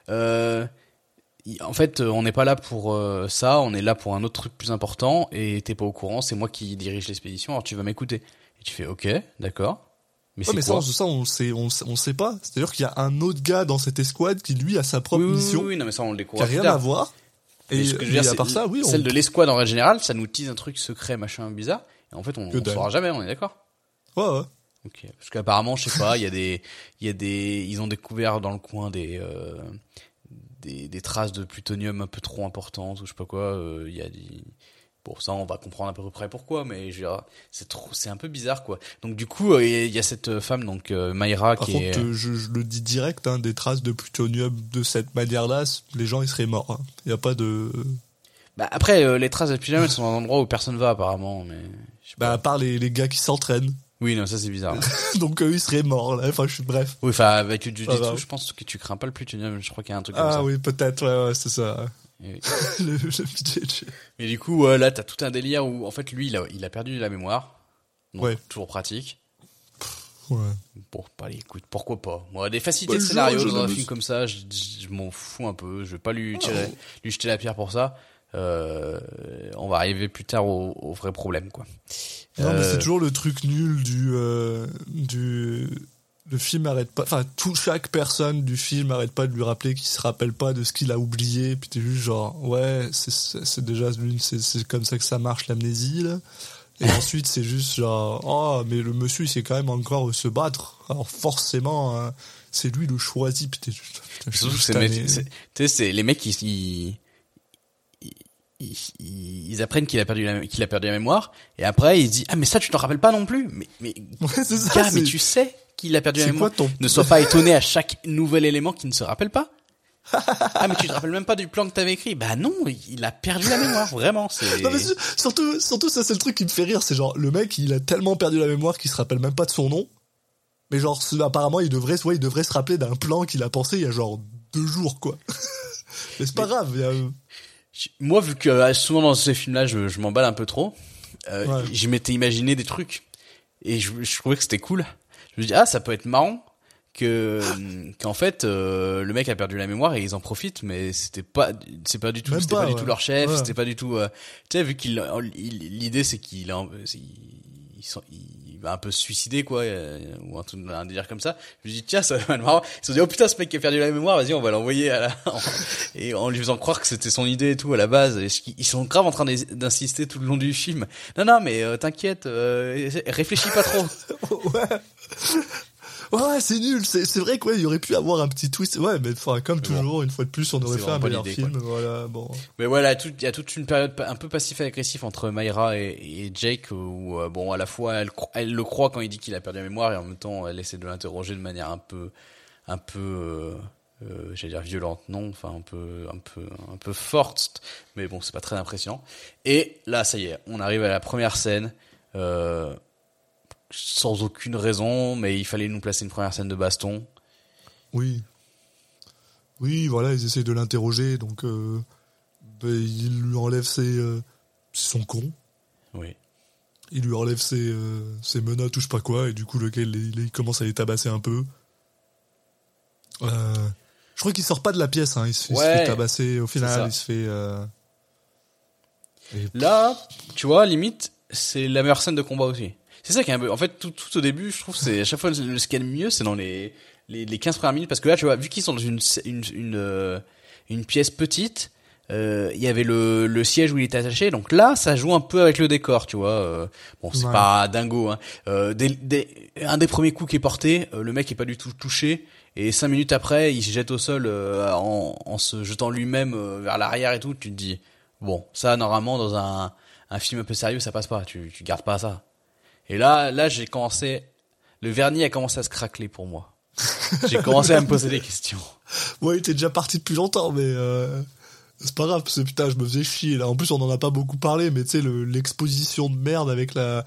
en fait, on n'est pas là pour ça, on est là pour un autre truc plus important, et t'es pas au courant, c'est moi qui dirige l'expédition, alors tu vas m'écouter. Et tu fais ok, d'accord. Mais c'est quoi? Ça on sait pas. C'est-à-dire qu'il y a un autre gars dans cette escouade qui lui a sa propre mission. Oui, non mais ça on le découvre. Qui a rien à voir. Et ce que je veux dire, à part ça, celle de l'escouade en règle générale, ça nous tease un truc secret, machin bizarre, et en fait on saura jamais, on est d'accord? Ouais. Ok, parce qu'apparemment, je sais pas, ils ont découvert dans le coin des traces de plutonium un peu trop importantes ou je sais pas quoi. Bon, ça, on va comprendre à peu près pourquoi, mais je veux dire, c'est un peu bizarre, quoi. Donc du coup, il y a cette femme, donc Maïra, Par contre, je le dis direct, des traces de plutonium de cette manière-là, les gens ils seraient morts. Il y a pas de. Bah après, les traces de plutonium elles sont dans un endroit où personne va apparemment, mais. Je sais pas. À part les gars qui s'entraînent. Oui, non, ça c'est bizarre. Donc ils seraient morts là. Enfin, bref. Oui, enfin avec le Jiu-Jitsu, je pense que tu crains pas le plutonium. Je crois qu'il y a un truc comme ça. Ah oui, peut-être. Ouais, c'est ça. Oui. le Jiu-Jitsu. Mais du coup, là, t'as tout un délire où en fait lui, il a perdu la mémoire. Donc, toujours pratique. Ouais. Bon, allez, écoute, pourquoi pas. Moi, des facilités de scénario dans un film comme ça, je m'en fous un peu. Je vais pas lui jeter la pierre pour ça. On va arriver plus tard au vrai problème, quoi. Non, mais c'est toujours le truc nul le film arrête pas, enfin, chaque personne du film arrête pas de lui rappeler qu'il se rappelle pas de ce qu'il a oublié, puis t'es juste genre, ouais, c'est déjà c'est comme ça que ça marche l'amnésie, là. Et ensuite, c'est juste genre, oh, mais le monsieur, il sait quand même encore se battre. Alors forcément, hein, c'est lui le choisi, puis t'es juste, c'est les mecs, ils apprennent qu'il a perdu la mémoire, et après ils se disent, ah mais ça tu t'en rappelles pas non plus, mais ouais, c'est ça, gars, mais tu sais qu'il a perdu la mémoire. Ne sois pas étonné à chaque nouvel élément qu'il ne se rappelle pas. Ah mais tu te rappelles même pas du plan que t'avais écrit. Bah non, il a perdu la mémoire, vraiment. Non, mais surtout ça, c'est le truc qui me fait rire, c'est genre le mec il a tellement perdu la mémoire qu'il se rappelle même pas de son nom, mais genre apparemment il devrait se rappeler d'un plan qu'il a pensé il y a genre 2 jours, quoi. Mais c'est pas grave. Moi, vu que souvent dans ces films-là, je m'emballe un peu trop, ouais. Je m'étais imaginé des trucs et je trouvais que c'était cool. Je me dis, ah, ça peut être marrant qu'en fait le mec a perdu la mémoire et ils en profitent, mais c'est pas du tout, c'était pas du tout leur chef, ouais. C'était pas du tout, tu sais, vu l'idée c'est qu'il va un peu se suicider, quoi, ou un délire comme ça. Je me dis, tiens, ça va être marrant. Ils se sont dit, oh putain, ce mec qui a perdu la mémoire, vas-y, on va l'envoyer et en lui faisant croire que c'était son idée et tout à la base. Et ils sont grave en train d'insister tout le long du film. Non, mais t'inquiète, réfléchis pas trop. Ouais. Ouais, c'est nul. C'est vrai qu'il y aurait pu avoir un petit twist. Ouais, mais enfin, comme toujours, une fois de plus, on aurait fait un meilleur film. Voilà, bon. Mais voilà, il y a toute une période un peu passif-agressif entre Myra et Jake où, bon, à la fois, elle le croit quand il dit qu'il a perdu la mémoire et en même temps, elle essaie de l'interroger de manière un peu, j'allais dire violente, non, enfin, un peu forte. Mais bon, c'est pas très impressionnant. Et là, ça y est, on arrive à la première scène, sans aucune raison, mais il fallait nous placer une première scène de baston. Oui, voilà, ils essayent de l'interroger, donc il lui enlève son con. Oui. Il lui enlève ses menottes ou je sais pas quoi, et du coup le gars il commence à les tabasser un peu. Je crois qu'il sort pas de la pièce, hein. Il se fait tabasser au final, il se fait. Là, tu vois, limite, c'est la meilleure scène de combat aussi. C'est ça qui est un peu, en fait, tout au début, je trouve, c'est à chaque fois ce qu'il y a de mieux, c'est dans les 15 premières minutes, parce que là, tu vois, vu qu'ils sont dans une pièce petite, il y avait le siège où il était attaché, donc là, ça joue un peu avec le décor, tu vois. Bon, c'est pas dingo, hein. Un des premiers coups qui est porté, le mec est pas du tout touché, et 5 minutes après, il se jette au sol, en se jetant lui-même vers l'arrière et tout, tu te dis, bon, ça, normalement, dans un film un peu sérieux, ça passe pas, tu gardes pas ça. Et là, le vernis a commencé à se craqueler pour moi. J'ai commencé à me poser des questions. Ouais, il était déjà parti depuis longtemps, mais c'est pas grave, parce que putain, je me faisais chier. Là, en plus, on en a pas beaucoup parlé, mais tu sais, l'exposition de merde avec la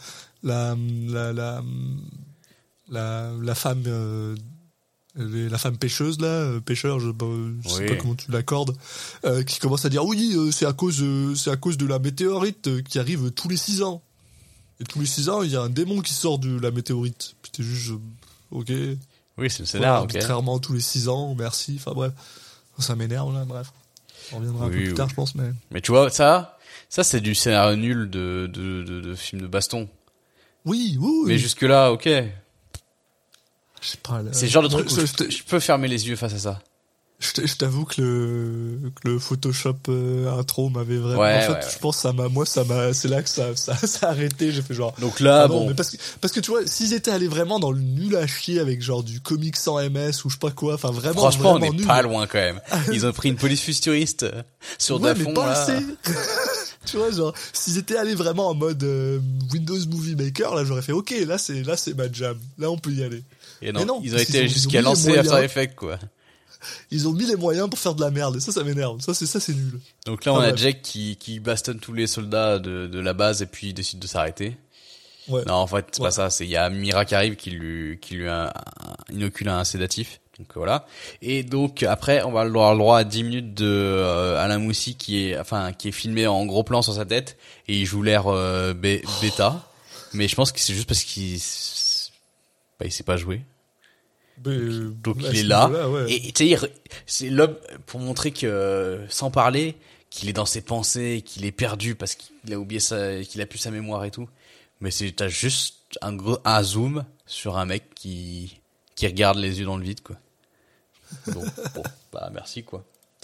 femme, la femme pêcheuse là, pêcheur, je sais pas comment tu l'accordes, qui commence à dire oui, c'est à cause de la météorite qui arrive tous les 6 ans. Et tous les 6 ans, il y a un démon qui sort de la météorite. Puis t'es juste, ok. Oui, c'est le scénario, ok. Arbitrairement tous les 6 ans, merci. Enfin bref, ça m'énerve là, bref. On reviendra un peu plus tard, je pense, mais. Mais tu vois, ça c'est du scénario nul de film de baston. Oui. Mais jusque là, ok. Je sais pas. Là, c'est le genre de truc où je peux fermer les yeux face à ça. Je t'avoue que le Photoshop intro m'avait vraiment. Je pense que c'est là que ça a arrêté. J'ai fait genre. Donc là, bon. Mais parce que tu vois, s'ils étaient allés vraiment dans le nul à chier avec genre du comics sans MS ou je sais pas quoi, enfin vraiment. Franchement, vraiment on est nul. pas loin quand même. Ils ont pris une police futuriste sur Dafond. Mais pas là. assez. Tu vois, genre, s'ils étaient allés vraiment en mode Windows Movie Maker, là j'aurais fait ok, là c'est ma jam. Là on peut y aller. Et non, ils ont été jusqu'à lancer After Effects, quoi. Ils ont mis les moyens pour faire de la merde, et ça m'énerve. Ça c'est nul. Donc là, on a Jack qui bastonne tous les soldats de la base et puis il décide de s'arrêter. Ouais. Non, en fait, c'est pas ça. Il y a Myra qui arrive qui lui inocule un sédatif. Donc voilà. Et donc après, on va avoir le droit à 10 minutes de Alain Moussy qui est filmé en gros plan sur sa tête et il joue l'air bêta. Mais je pense que c'est juste parce qu'il sait pas jouer. Donc il est là, et tu sais, c'est l'homme pour montrer que sans parler, qu'il est dans ses pensées, qu'il est perdu parce qu'il a oublié qu'il a plus sa mémoire et tout. Mais t'as juste un zoom sur un mec qui regarde les yeux dans le vide, quoi. Donc, bon, bah, merci, quoi.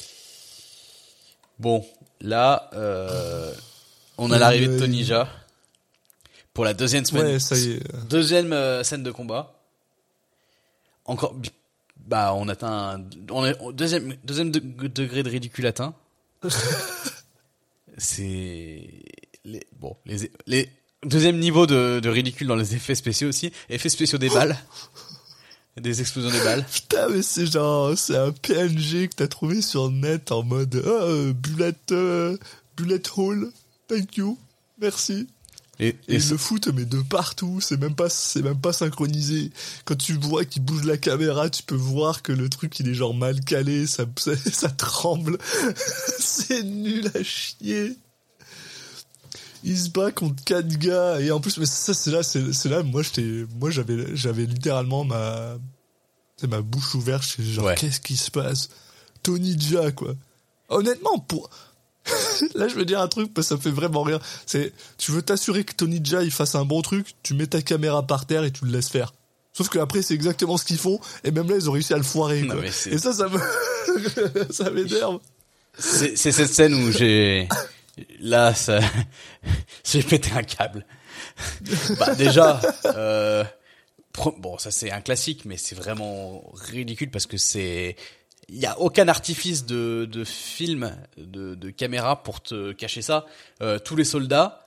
Bon, là, on a l'arrivée de Tony Jaa pour la deuxième semaine. Ouais, ça y est. Deuxième scène de combat. Encore, bah, on est au deuxième degré de ridicule atteint. C'est les deuxième niveau de ridicule dans les effets spéciaux aussi. Effets spéciaux des balles. Des explosions des balles. Putain, mais c'est un PNG que t'as trouvé sur le net en mode bullet hole, thank you, merci. Et ils le foutent mais de partout, c'est même pas synchronisé. Quand tu vois qu'il bouge la caméra, tu peux voir que le truc il est genre mal calé, ça tremble. C'est nul à chier. Il se bat contre 4 gars et en plus mais ça c'est là moi j'avais littéralement ma bouche ouverte, j'étais genre ouais. Qu'est-ce qui se passe? Tony Jaa quoi. Honnêtement là je veux dire un truc parce que ça me fait vraiment rire. C'est tu veux t'assurer que Tony Jaa il fasse un bon truc, tu mets ta caméra par terre et tu le laisses faire. Sauf que après c'est exactement ce qu'ils font et même là ils ont réussi à le foirer quoi. Et ça ça m'énerve. C'est cette scène où là, j'ai pété un câble. Bah déjà, bon, ça c'est un classique, mais c'est vraiment ridicule parce que il y a aucun artifice de film, de caméra pour te cacher ça. Tous les soldats,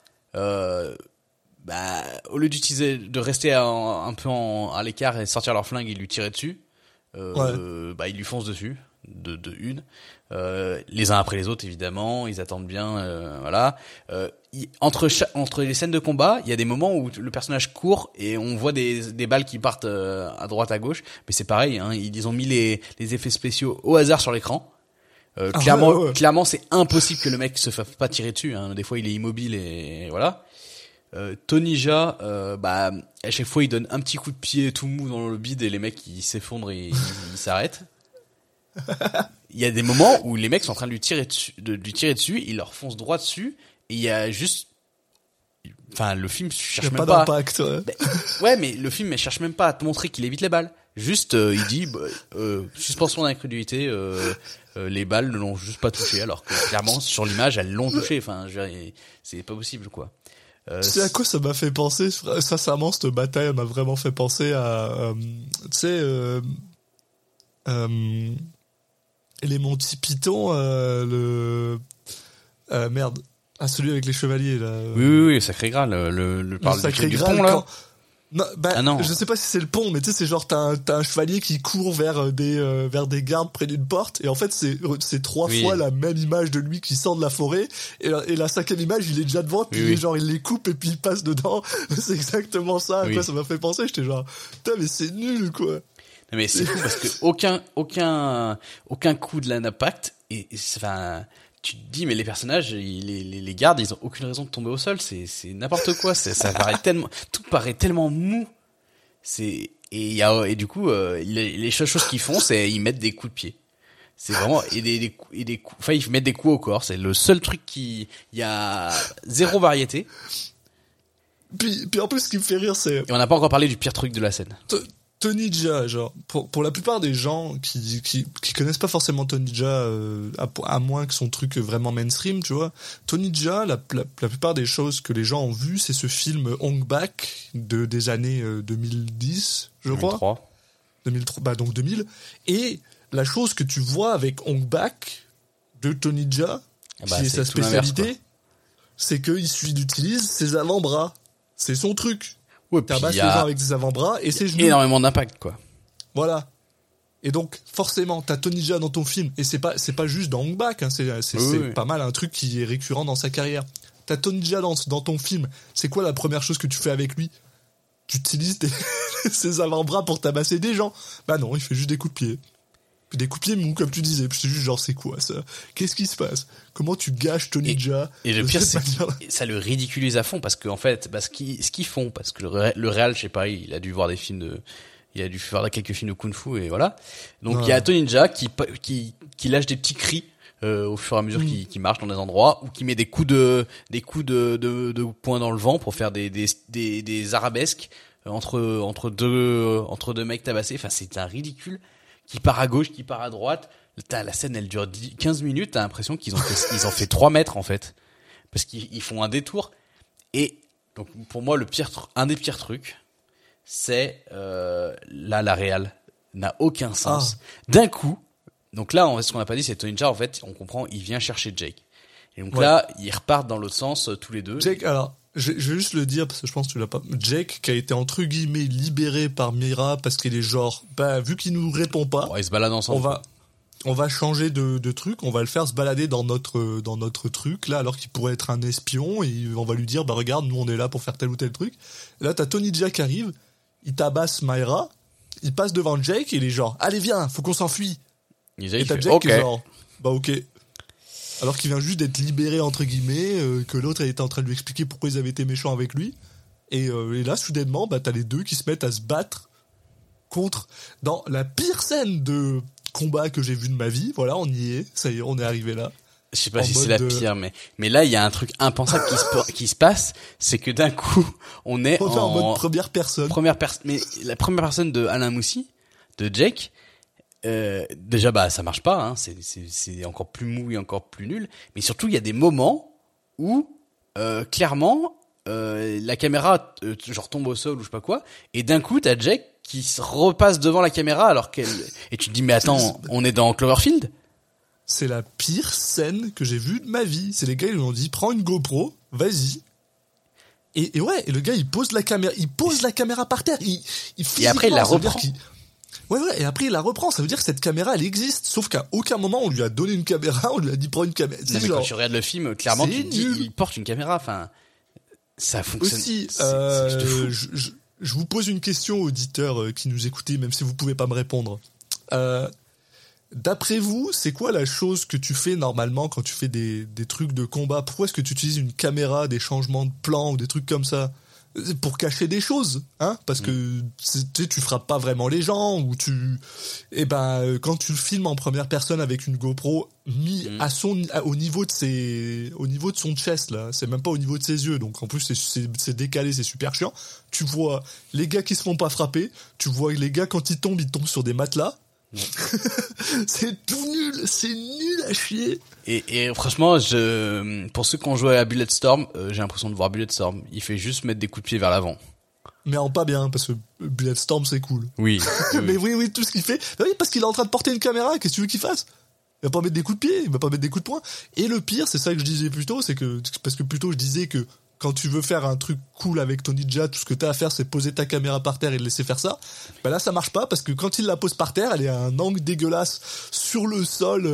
bah au lieu de rester un peu à l'écart et sortir leur flingue et lui tirer dessus, bah ils lui foncent dessus. De une, les uns après les autres évidemment, ils attendent bien, voilà. Entre les scènes de combat, il y a des moments où le personnage court et on voit des balles qui partent à droite à gauche, mais c'est pareil, hein, ils ont mis les effets spéciaux au hasard sur l'écran. Clairement, c'est impossible que le mec se fasse pas tirer dessus. Hein. Des fois, il est immobile et voilà. Tony Jaa, bah à chaque fois, il donne un petit coup de pied tout mou dans le bide et les mecs ils s'effondrent et ils s'arrêtent. Il y a des moments où les mecs sont en train de lui tirer dessus, ils leur foncent droit dessus, et il y a juste, enfin, le film cherche même pas. D'impact, ouais. Ouais, mais le film ne cherche même pas à te montrer qu'il évite les balles. Juste, il dit, suspension d'incrédulité, les balles ne l'ont juste pas touché, alors que clairement, sur l'image, elles l'ont touché. Enfin, c'est pas possible, quoi. Tu sais à quoi ça m'a fait penser? Sincèrement, cette bataille m'a vraiment fait penser à, tu sais, les Monty Python, merde, celui avec les chevaliers là. Oui, Sacré Graal, le Sacré Graal, pont, là. Non, je sais pas si c'est le pont, mais tu sais, c'est genre t'as un chevalier qui court vers des gardes près d'une porte, et en fait c'est 3 fois la même image de lui qui sort de la forêt, et la 5e image il est déjà devant, puis il les coupe et puis il passe dedans. C'est exactement ça à quoi ça m'a fait penser. J'étais genre, putain mais c'est nul quoi. Non mais c'est fou parce que aucun coup de l'impact et enfin tu te dis mais les personnages les gardes ils ont aucune raison de tomber au sol, c'est n'importe quoi, ça paraît tellement, tout paraît tellement mou. Et du coup les choses qu'ils font c'est ils mettent des coups de pied. C'est vraiment des coups, enfin ils mettent des coups au corps, c'est le seul truc il y a zéro variété. Puis en plus ce qui me fait rire c'est, et on n'a pas encore parlé du pire truc de la scène. Tony Jaa, genre pour la plupart des gens qui connaissent pas forcément Tony Jaa, à moins que son truc vraiment mainstream, tu vois, Tony Jaa, la plupart des choses que les gens ont vues, c'est ce film Hong Bak des années 2010, je crois. 2003, bah donc 2000. Et la chose que tu vois avec Hong Bak de Tony Jaa, qui est sa spécialité, c'est qu'il utilise ses avant-bras. C'est son truc. Ouais, tabasse les gens avec ses avant-bras et ses genoux. Énormément d'impact, quoi. Voilà. Et donc, forcément, t'as Tony Jaa dans ton film, et c'est pas juste dans Hong Bak, hein, c'est pas mal un truc qui est récurrent dans sa carrière. T'as Tony Jaa dans ton film, c'est quoi la première chose que tu fais avec lui? Tu utilises ses avant-bras pour tabasser des gens. Bah non, il fait juste des coups de pied. Puis des coups de pied mous, comme tu disais. Puis c'est juste genre, c'est quoi ça? Qu'est-ce qui se passe? Comment tu gâches Tony Jaa? Et le pire, c'est que ça le ridiculise à fond, parce qu'en fait, ce qu'ils font, parce que le réal, je sais pas, il a dû voir des films il a dû faire quelques films de kung-fu et voilà. Donc il y a Tony Jaa qui lâche des petits cris au fur et à mesure qu'il marche dans des endroits, ou qui met des coups de poing dans le vent pour faire des arabesques entre deux mecs tabassés. Enfin, c'est un ridicule. Qui part à gauche, qui part à droite. La scène, elle dure 15 minutes. T'as l'impression qu'ils ont fait 3 mètres, en fait. Parce qu'ils font un détour. Et, donc, pour moi, un des pires trucs, c'est, la réal n'a aucun sens. D'un coup, donc là, ce qu'on n'a pas dit, c'est Tony Jaa, en fait, on comprend, il vient chercher Jake. Et donc là, ils repartent dans l'autre sens, tous les deux. Jake, alors, je vais juste le dire, parce que je pense que tu l'as pas. Jake, qui a été entre guillemets libéré par Mira, parce qu'il est genre, vu qu'il nous répond pas. Ils se baladent ensemble. On va changer de truc, on va le faire se balader dans notre truc, là, alors qu'il pourrait être un espion, et on va lui dire, regarde, nous on est là pour faire tel ou tel truc. Et là, t'as Tony Jaa qui arrive, il tabasse Myra, il passe devant Jake, et il est genre, allez viens, faut qu'on s'enfuit. Et t'as Jake qui est genre, ok. Alors qu'il vient juste d'être libéré, entre guillemets, que l'autre était en train de lui expliquer pourquoi ils avaient été méchants avec lui. Et là, soudainement, t'as les deux qui se mettent à se battre contre, dans la pire scène de combat que j'ai vu de ma vie. Voilà, on y est. Ça y est, on est arrivé là. Je sais pas si c'est la pire, mais là, il y a un truc impensable qui se passe, c'est que d'un coup, on est en mode première personne. Mais la première personne de Alain Moussy, de Jake, déjà, ça marche pas, hein. C'est encore plus mou et encore plus nul. Mais surtout, il y a des moments où, clairement, la caméra, genre tombe au sol ou je sais pas quoi, et d'un coup, t'as Jake qui se repasse devant la caméra et tu te dis, mais attends, on est dans Cloverfield? C'est la pire scène que j'ai vue de ma vie. C'est les gars, ils lui ont dit, prends une GoPro, vas-y. Et le gars, il pose la caméra par terre. Et après, il la reprend. Et après il la reprend, ça veut dire que cette caméra elle existe, sauf qu'à aucun moment on lui a donné une caméra, on lui a dit prends une caméra. Non, mais quand tu regardes le film, clairement tu te dis il porte une caméra, enfin ça fonctionne. Aussi, je vous pose une question, auditeurs qui nous écoutez, même si vous pouvez pas me répondre. D'après vous, c'est quoi la chose que tu fais normalement quand tu fais des trucs de combat? Pourquoi est-ce que tu utilises une caméra, des changements de plan ou des trucs comme ça? Pour cacher des choses, hein, parce que tu frappes pas vraiment les gens, ou quand tu le filmes en première personne avec une GoPro mis au niveau de son chest là, c'est même pas au niveau de ses yeux, donc en plus c'est décalé, c'est super chiant. Tu vois les gars qui se font pas frapper, tu vois les gars quand ils tombent sur des matelas. C'est tout nul, c'est nul à chier. Et franchement, pour ceux qui ont joué à Bulletstorm, j'ai l'impression de voir Bulletstorm. Il fait juste mettre des coups de pied vers l'avant. Mais en pas bien, parce que Bulletstorm c'est cool. Oui. Mais oui, tout ce qu'il fait. Oui, parce qu'il est en train de porter une caméra, qu'est-ce que tu veux qu'il fasse? Il va pas mettre des coups de pied, il va pas mettre des coups de poing. Et le pire, c'est ça que je disais plus tôt, parce que plutôt je disais que quand tu veux faire un truc cool avec Tony Jaa, tout ce que t'as à faire, c'est poser ta caméra par terre et le laisser faire ça. Là, ça marche pas, parce que quand il la pose par terre, elle est à un angle dégueulasse sur le sol,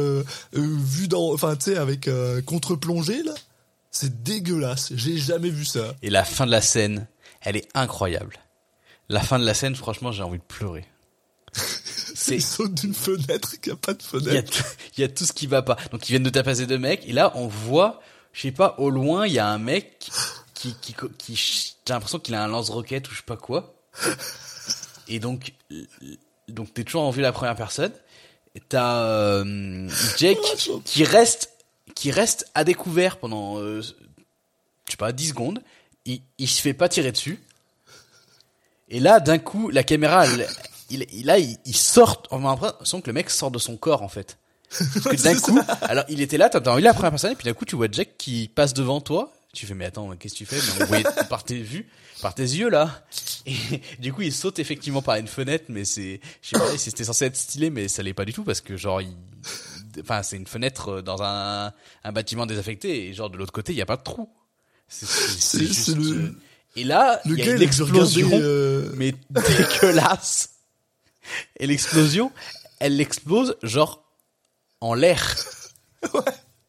avec contre-plongée, là. C'est dégueulasse. J'ai jamais vu ça. Et la fin de la scène, elle est incroyable. La fin de la scène, franchement, j'ai envie de pleurer. Il saute d'une fenêtre, qu'il n'y a pas de fenêtre. Il y a tout ce qui va pas. Donc, ils viennent de tapasser 2 mecs, et là, on voit, je sais pas, au loin, il y a un mec qui j'ai l'impression qu'il a un lance-roquette ou je sais pas quoi. Et donc t'es toujours en vue de la première personne. T'as Jake qui reste à découvert pendant je sais pas 10 secondes. Il se fait pas tirer dessus. Et là, d'un coup, la caméra, il sort. On a l'impression que le mec sort de son corps en fait. Parce que d'un coup, alors il était là, t'as envie de la première personne, et puis d'un coup tu vois Jack qui passe devant toi. Tu fais mais attends, qu'est-ce que tu fais? Mais on voyait par tes yeux là. Et du coup il saute effectivement par une fenêtre, mais je sais pas, c'était censé être stylé, mais ça l'est pas du tout parce que genre c'est une fenêtre dans un bâtiment désaffecté et genre de l'autre côté il y a pas de trou. C'est juste. Et là il y a une explosion, mais dégueulasse. Et l'explosion, elle explose genre en l'air. Ouais.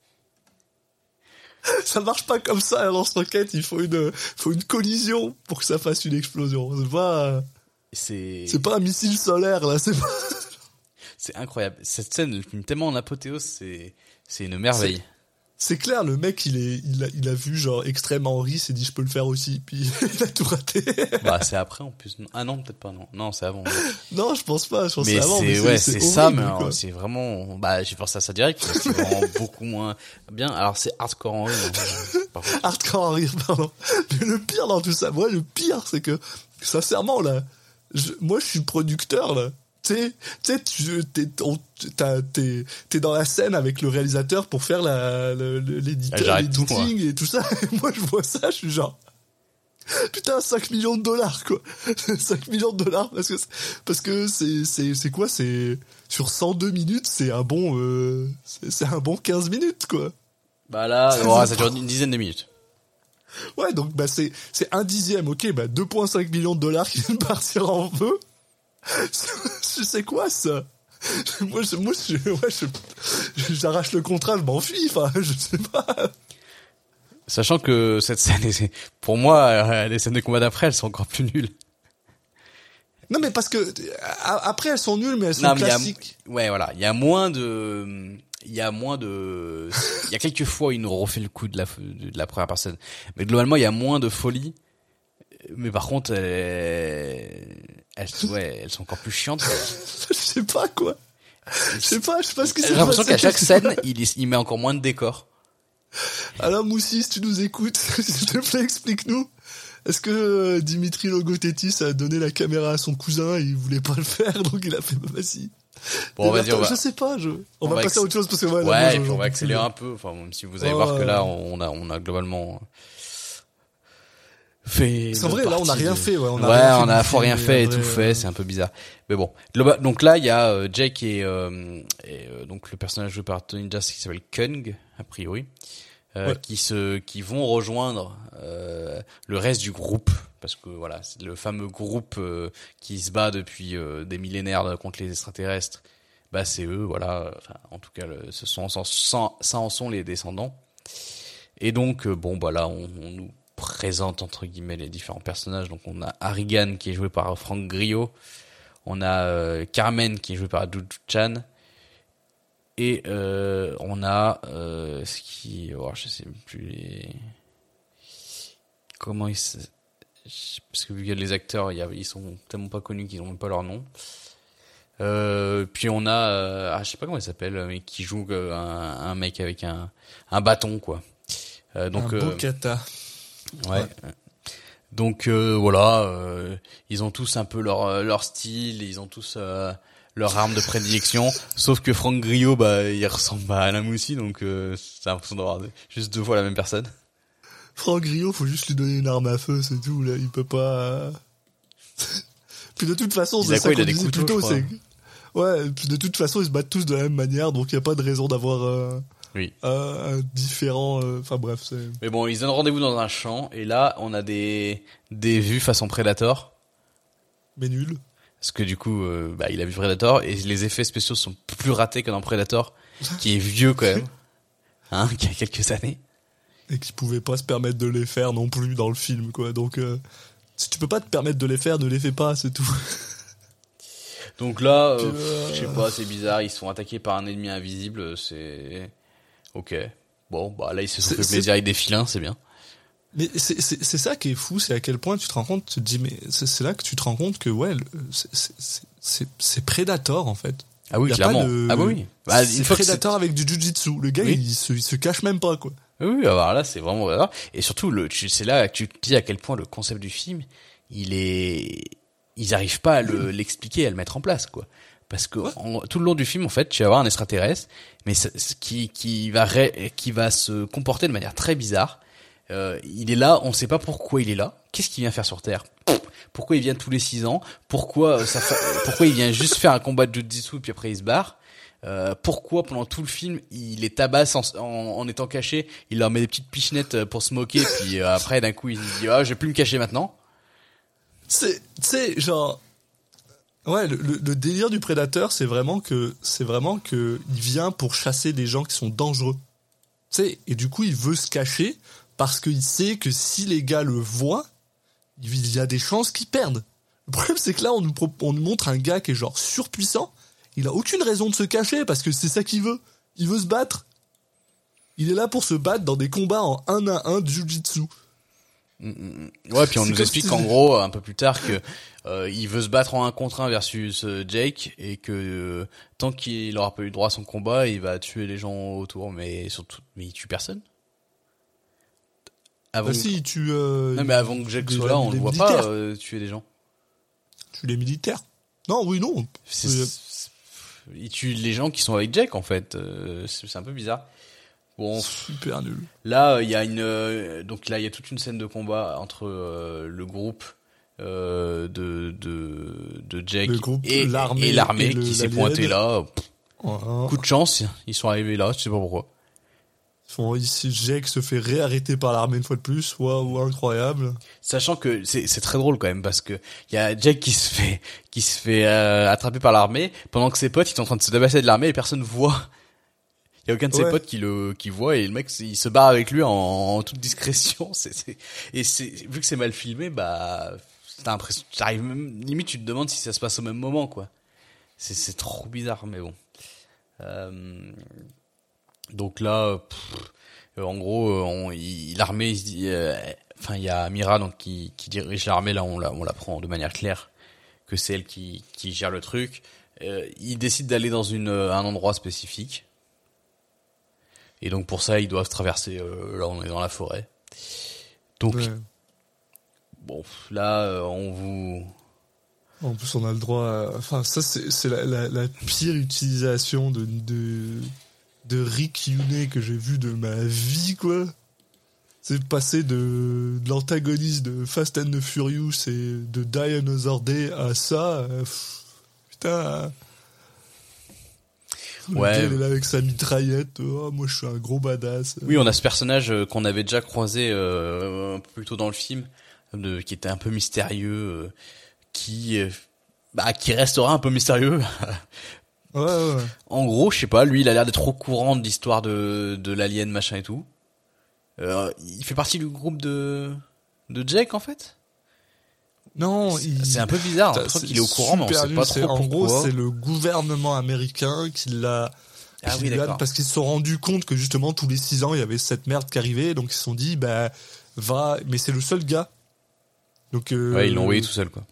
Ça marche pas comme ça, un lance-roquette, il faut une collision pour que ça fasse une explosion. C'est pas un missile solaire, là, c'est pas... C'est incroyable. Cette scène, tellement en apothéose, c'est une merveille. C'est clair, le mec, il a vu genre Extrême Henry, s'est dit je peux le faire aussi, puis il a tout raté. Bah c'est après en plus. Ah non, peut-être pas, non c'est avant. Non, je pense pas, je pense que Mais c'est avant. c'est horrible, ça, mais quoi. alors, c'est vraiment, bah j'ai pensé à ça direct, mais c'est vraiment beaucoup moins bien. Alors c'est Hardcore Henry. Par contre. Hardcore Henry, pardon. Mais le pire dans tout ça, moi, le pire, c'est que, sincèrement, là, moi, je suis producteur, là. Tu sais, t'es dans la scène avec le réalisateur pour faire l'editing et tout ça. Et moi, je vois ça, je suis genre, putain, 5 millions de dollars, quoi. 5 millions de dollars, parce que c'est quoi, c'est, sur 102 minutes, c'est un bon 15 minutes, quoi. Bah là, ça dure une dizaine de minutes. Ouais, donc, bah, c'est un dixième, ok, bah, 2,5 millions de dollars qui viennent partir en feu. Je sais quoi ça. J'arrache le contrat, je m'en fiche, enfin, je sais pas. Sachant que cette scène, pour moi, les scènes de combat d'après, elles sont encore plus nulles. Non, mais parce que après elles sont nulles, mais elles sont classiques. Ouais, voilà, il y a quelques fois où il nous refait le coup de la première personne, mais globalement il y a moins de folie. Mais par contre, elles sont encore plus chiantes. Je sais pas quoi. Je sais pas ce que c'est. J'ai l'impression qu'à chaque scène, il met encore moins de décor. Alors Moussi, si tu nous écoutes, s'il te plaît, explique-nous. Est-ce que Dimitri Logothetis a donné la caméra à son cousin et il voulait pas le faire, donc il a fait vas-y. Bon, vas-y, je sais pas, on va passer à autre chose parce que et puis on va accélérer un peu. Enfin, même si vous allez voir que là, on a globalement fait. C'est vrai, là, on a rien fait, ouais. On a rien fait et tout fait, c'est un peu bizarre. Mais bon. Donc là, il y a Jake et donc le personnage joué par Tony Jaa qui s'appelle Kung, a priori, qui vont rejoindre le reste du groupe, parce que voilà, c'est le fameux groupe qui se bat depuis des millénaires contre les extraterrestres. Bah c'est eux, voilà. Enfin, en tout cas, ça en sont les descendants. Et donc bon, bah là, on nous présente entre guillemets les différents personnages. Donc on a Harrigan qui est joué par Frank Grillo, on a Carmen qui est joué par Juju Chan, et on a je sais plus comment parce que vu qu'il y a les acteurs, ils sont tellement pas connus qu'ils ont même pas leur nom. Puis on a je sais pas comment il s'appelle, mais qui joue un mec avec un bâton, quoi. Donc un beau kata. Ouais. Donc voilà, ils ont tous un peu leur style, ils ont tous leur arme de prédilection, sauf que Frank Grillo, bah il ressemble à Alain Moussi, donc c'est l'impression d'avoir juste 2 fois la même personne. Frank Grillo, faut juste lui donner une arme à feu, c'est tout, là, il peut pas. Puis de toute façon, c'est ça qu'on disait plus tôt, c'est. Ouais, puis de toute façon, ils se battent tous de la même manière, donc il y a pas de raison d'avoir un différent. Enfin bref, c'est. Mais bon, ils donnent rendez-vous dans un champ, et là, on a des vues façon Predator. Mais nul. Parce que du coup, il a vu Predator, et les effets spéciaux sont plus ratés que dans Predator, qui est vieux quand même, qui a quelques années. Et qui pouvait pas se permettre de les faire non plus dans le film, quoi. Donc, si tu peux pas te permettre de les faire, ne les fais pas, c'est tout. Donc là, je sais pas, c'est bizarre, ils se font attaquer par un ennemi invisible, c'est... Ok. Bon, bah là, ils se sont fait plaisir avec des filins, c'est bien. Mais c'est ça qui est fou, c'est à quel point tu te rends compte, tu te dis, mais c'est là que tu te rends compte que, ouais, c'est Predator, en fait. Ah oui, clairement. Ah bah oui. Bah, c'est Predator avec du Jiu-Jitsu. Le gars, il se cache même pas, quoi. Oui, alors là, c'est vraiment Predator. Et surtout, c'est là que tu te dis à quel point le concept du film, ils arrivent pas à l'expliquer, à le mettre en place, quoi. Parce que tout le long du film, en fait, tu vas avoir un extraterrestre, mais qui va se comporter de manière très bizarre. Il est là, on sait pas pourquoi il est là. Qu'est-ce qu'il vient faire sur Terre? Pourquoi il vient tous les 6 ans? Pourquoi il vient juste faire un combat de Jiu-Jitsu puis après il se barre? Pourquoi pendant tout le film il les tabasse en étant caché? Il leur met des petites pichenettes pour se moquer, puis après d'un coup il dit je vais plus me cacher maintenant. C'est genre, ouais, le délire du prédateur, c'est vraiment que il vient pour chasser des gens qui sont dangereux. Tu sais, et du coup il veut se cacher parce qu'il sait que si les gars le voient, il y a des chances qu'ils perdent. Le problème, c'est que là, on nous montre un gars qui est genre surpuissant. Il a aucune raison de se cacher parce que c'est ça qu'il veut. Il veut se battre. Il est là pour se battre dans des combats en 1 à 1 de Jiu-Jitsu. Ouais, puis on C'est nous comme explique si- qu'en gros, un peu plus tard, que il veut se battre en 1 contre 1 versus Jake, et que tant qu'il aura pas eu droit à son combat, il va tuer les gens autour, mais surtout, mais il tue personne. Avant Bah si, tu... non, mais avant que Jake des soit là, on amis- le les voit militaires. pas tuer des gens. Tu les militaires. Non, oui, non. Il tue les gens qui sont avec Jake, en fait. C'est un peu bizarre. Bon, Super nul. là, il y a donc là, il y a toute une scène de combat entre le groupe de Jake Le groupe, et l'armée l'armée et qui s'est l'alien. pointée là. Voilà. Coup de chance, ils sont arrivés là, je sais pas pourquoi. Bon, ici, Jake se fait réarrêter par l'armée une fois de plus. Waouh, incroyable. Sachant que c'est très drôle quand même, parce que il y a Jake qui se fait attraper par l'armée pendant que ses potes ils sont en train de se dépasser de l'armée et personne voit. Il y a aucun de ses Ouais. potes qui voit, et le mec il se barre avec lui en toute discrétion. Et vu que c'est mal filmé, bah t'as l'impression, t'arrives même limite tu te demandes si ça se passe au même moment, quoi. C'est trop bizarre, mais bon. Donc là, en gros, l'armée, il se dit, enfin il y a Mira donc qui dirige l'armée, là on l'apprend de manière claire que c'est elle qui gère le truc. Il décide d'aller dans un endroit spécifique. Et donc pour ça, ils doivent traverser, là on est dans la forêt. Donc, Ouais. bon, là, En plus, on a le droit à... Enfin, ça, c'est la pire utilisation de Rick Yune que j'ai vu de ma vie, quoi. C'est passer de l'antagoniste de Fast and the Furious et de Die Another Day à ça. Putain. Ouais. Le gars, il est là avec sa mitraillette. Oh, moi, je suis un gros badass. Oui, on a ce personnage qu'on avait déjà croisé un peu plus tôt dans le film, qui était un peu mystérieux, qui restera un peu mystérieux. Ouais. En gros, je sais pas, lui, il a l'air d'être au courant de l'histoire de l'alien, machin et tout. Il fait partie du groupe de Jake, en fait. Non, C'est un peu bizarre, Putain, je crois c'est qu'il est au courant, mais on super sait nul. pas trop En pourquoi. gros, c'est le gouvernement américain qui l'a... Ah qui oui, lui a- d'accord. parce qu'ils se sont rendus compte que justement tous les 6 ans il y avait cette merde qui arrivait, donc ils se sont dit bah va, mais c'est le seul gars. Donc Ouais, ils l'ont envoyé tout seul, quoi.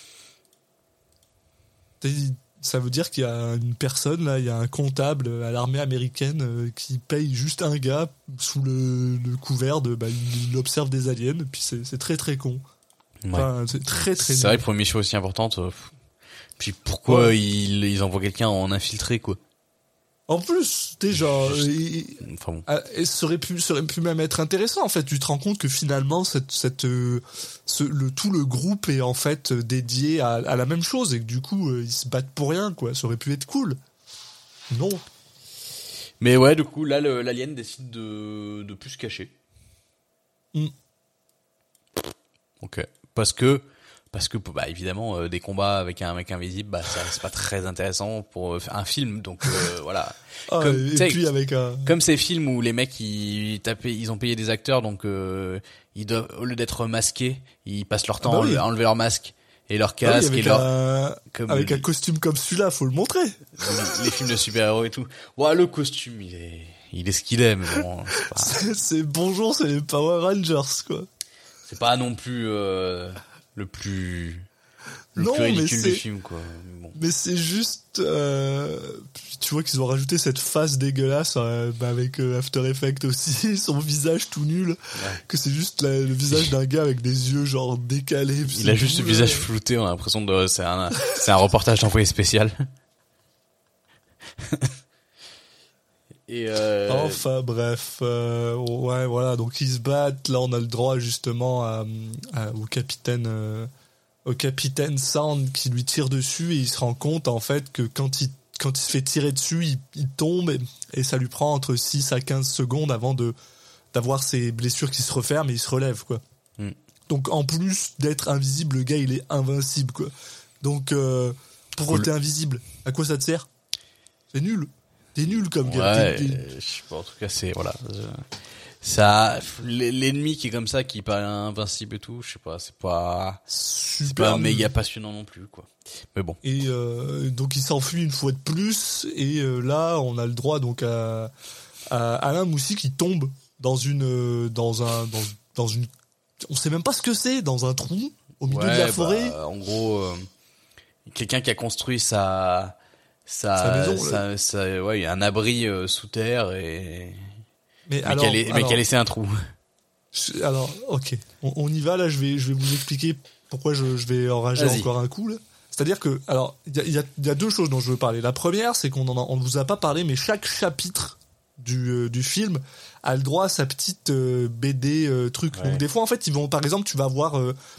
ça veut dire qu'il y a une personne là, il y a un comptable à l'armée américaine qui paye juste un gars sous le couvert de il observe des aliens, et puis c'est très très con. Ouais. Enfin, c'est très très C'est nul. vrai que pour une mission aussi importante, puis pourquoi Ouais. ils envoient quelqu'un en infiltré, quoi. En plus, déjà, Enfin bon. et ça aurait pu même être intéressant en fait. Tu te rends compte que finalement tout le groupe est en fait dédié à la même chose et que du coup ils se battent pour rien, quoi. Ça aurait pu être cool. Non. Mais ouais, du coup, là, l'alien décide de plus se cacher. Mm. Ok. Parce que, bah, évidemment, des combats avec un mec invisible, bah, ça reste pas très intéressant pour un film, donc, voilà. Ah, Comme, et tu sais, puis avec un Comme ces films où les mecs, ils ont payé des acteurs, donc, ils doivent, au lieu d'être masqués, ils passent leur temps bah oui. à enlever leur masque et leur Ah oui, casque avec et leur, un... avec un costume comme celui-là, faut le montrer. les films de super-héros et tout. Ouais, le costume, il est ce qu'il est, mais bon, C'est bonjour, c'est les Power Rangers, quoi. c'est pas non plus le plus Non, mais ridicule du c'est- film, quoi. Mais bon. Mais c'est juste, tu vois qu'ils ont rajouté cette face dégueulasse avec After Effects aussi, son visage tout nul, que c'est juste le visage d'un gars avec des yeux genre décalés. puis Il c'est a juste tout, le là. visage flouté, on a l'impression de c'est un reportage d'envoyé spécial. Et Enfin bref, ouais voilà, donc ils se battent. Là on a le droit justement au capitaine Sand qui lui tire dessus et il se rend compte en fait que quand il se fait tirer dessus, il tombe et ça lui prend entre 6 à 15 secondes avant d'avoir ses blessures qui se referment et il se relève, quoi. Mm. Donc en plus d'être invisible, le gars il est invincible, quoi. Donc pourquoi Cool. t'es invisible? À quoi ça te sert? C'est nul. T'es nul comme gars. ouais, je sais pas, en tout cas c'est voilà. Ça, l'ennemi qui est comme ça, qui paraît invincible et tout, je sais pas, c'est pas Super nul. méga passionnant non plus, quoi. Mais bon. Et donc il s'enfuit une fois de plus et là on a le droit donc à Alain Moussi qui tombe dans une on sait même pas ce que c'est, dans un trou au milieu de la forêt. En gros, quelqu'un qui a construit sa maison, ouais, un abri sous terre mais qui a laissé un trou. Alors, ok, on y va là. Je vais vous expliquer pourquoi je vais enrager encore un coup là. C'est-à-dire que, alors, il y a deux choses dont je veux parler. La première, c'est qu'on ne vous a pas parlé, mais chaque chapitre du film a le droit à sa petite BD truc. Ouais. Donc des fois, en fait, ils vont, par exemple, tu vas voir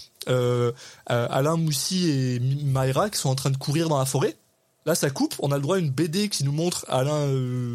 Alain Moussi et Mayra qui sont en train de courir dans la forêt. Là, ça coupe. On a le droit à une BD qui nous montre Alain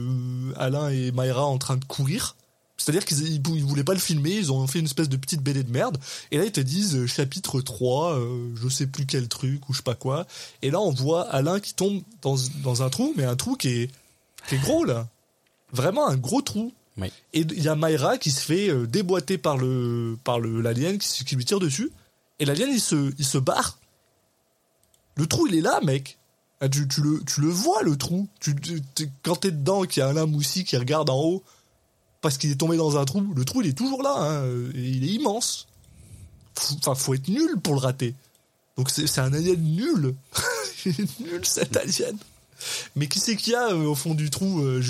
et Mayra en train de courir. C'est-à-dire qu'ils voulaient pas le filmer, ils ont fait une espèce de petite BD de merde, et là ils te disent chapitre 3, je sais plus quel truc, ou je sais pas quoi, et là on voit Alain qui tombe dans un trou, mais un trou qui est gros là. Vraiment un gros trou. Oui. Et il y a Mayra qui se fait déboîter par l'alien qui lui tire dessus, et l'alien il se barre. Le trou il est là, mec. Tu le vois le trou. Quand t'es dedans, qu'il y a Alain Moussi qui regarde en haut, parce qu'il est tombé dans un trou. Le trou, il est toujours là, hein, et il est immense. Faut être nul pour le rater. Donc c'est un alien nul. Il est nul, cet alien. Mais qui c'est qu'il y a au fond du trou, Julien ?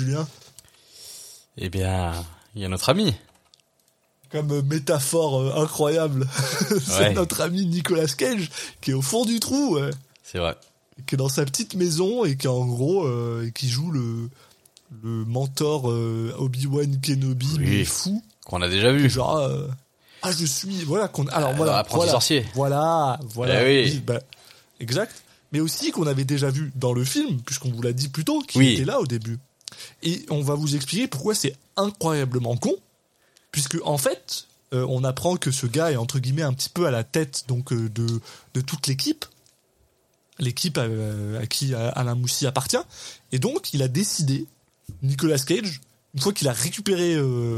Eh bien, il y a notre ami. Comme métaphore incroyable. C'est notre ami Nicolas Cage qui est au fond du trou. Ouais. C'est vrai. Qui est dans sa petite maison et qui en gros qui joue le mentor Obi-Wan Kenobi, mais fou, qu'on a déjà vu, genre je suis apprenti sorcier, voilà oui. Exact, mais aussi qu'on avait déjà vu dans le film puisqu'on vous l'a dit plus tôt qu'il était là au début, et on va vous expliquer pourquoi c'est incroyablement con, puisque en fait on apprend que ce gars est entre guillemets un petit peu à la tête donc de toute l'équipe à qui Alain Moussi appartient, et donc il a décidé, Nicolas Cage, une fois qu'il a récupéré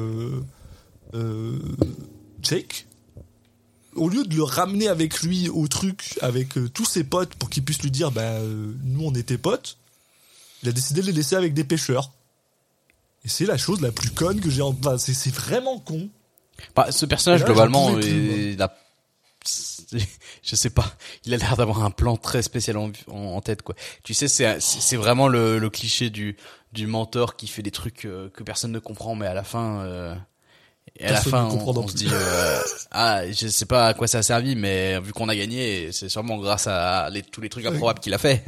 Jake, au lieu de le ramener avec lui au truc avec tous ses potes pour qu'il puisse lui dire nous on était potes, il a décidé de les laisser avec des pêcheurs. Et c'est la chose la plus conne que j'ai c'est vraiment con. Ce personnage, là, globalement, il a je sais pas, il a l'air d'avoir un plan très spécial en tête, quoi. Tu sais, c'est vraiment le cliché du mentor qui fait des trucs que personne ne comprend, mais à la fin on se dit je sais pas à quoi ça a servi, mais vu qu'on a gagné, c'est sûrement grâce à tous les trucs improbables qu'il a fait.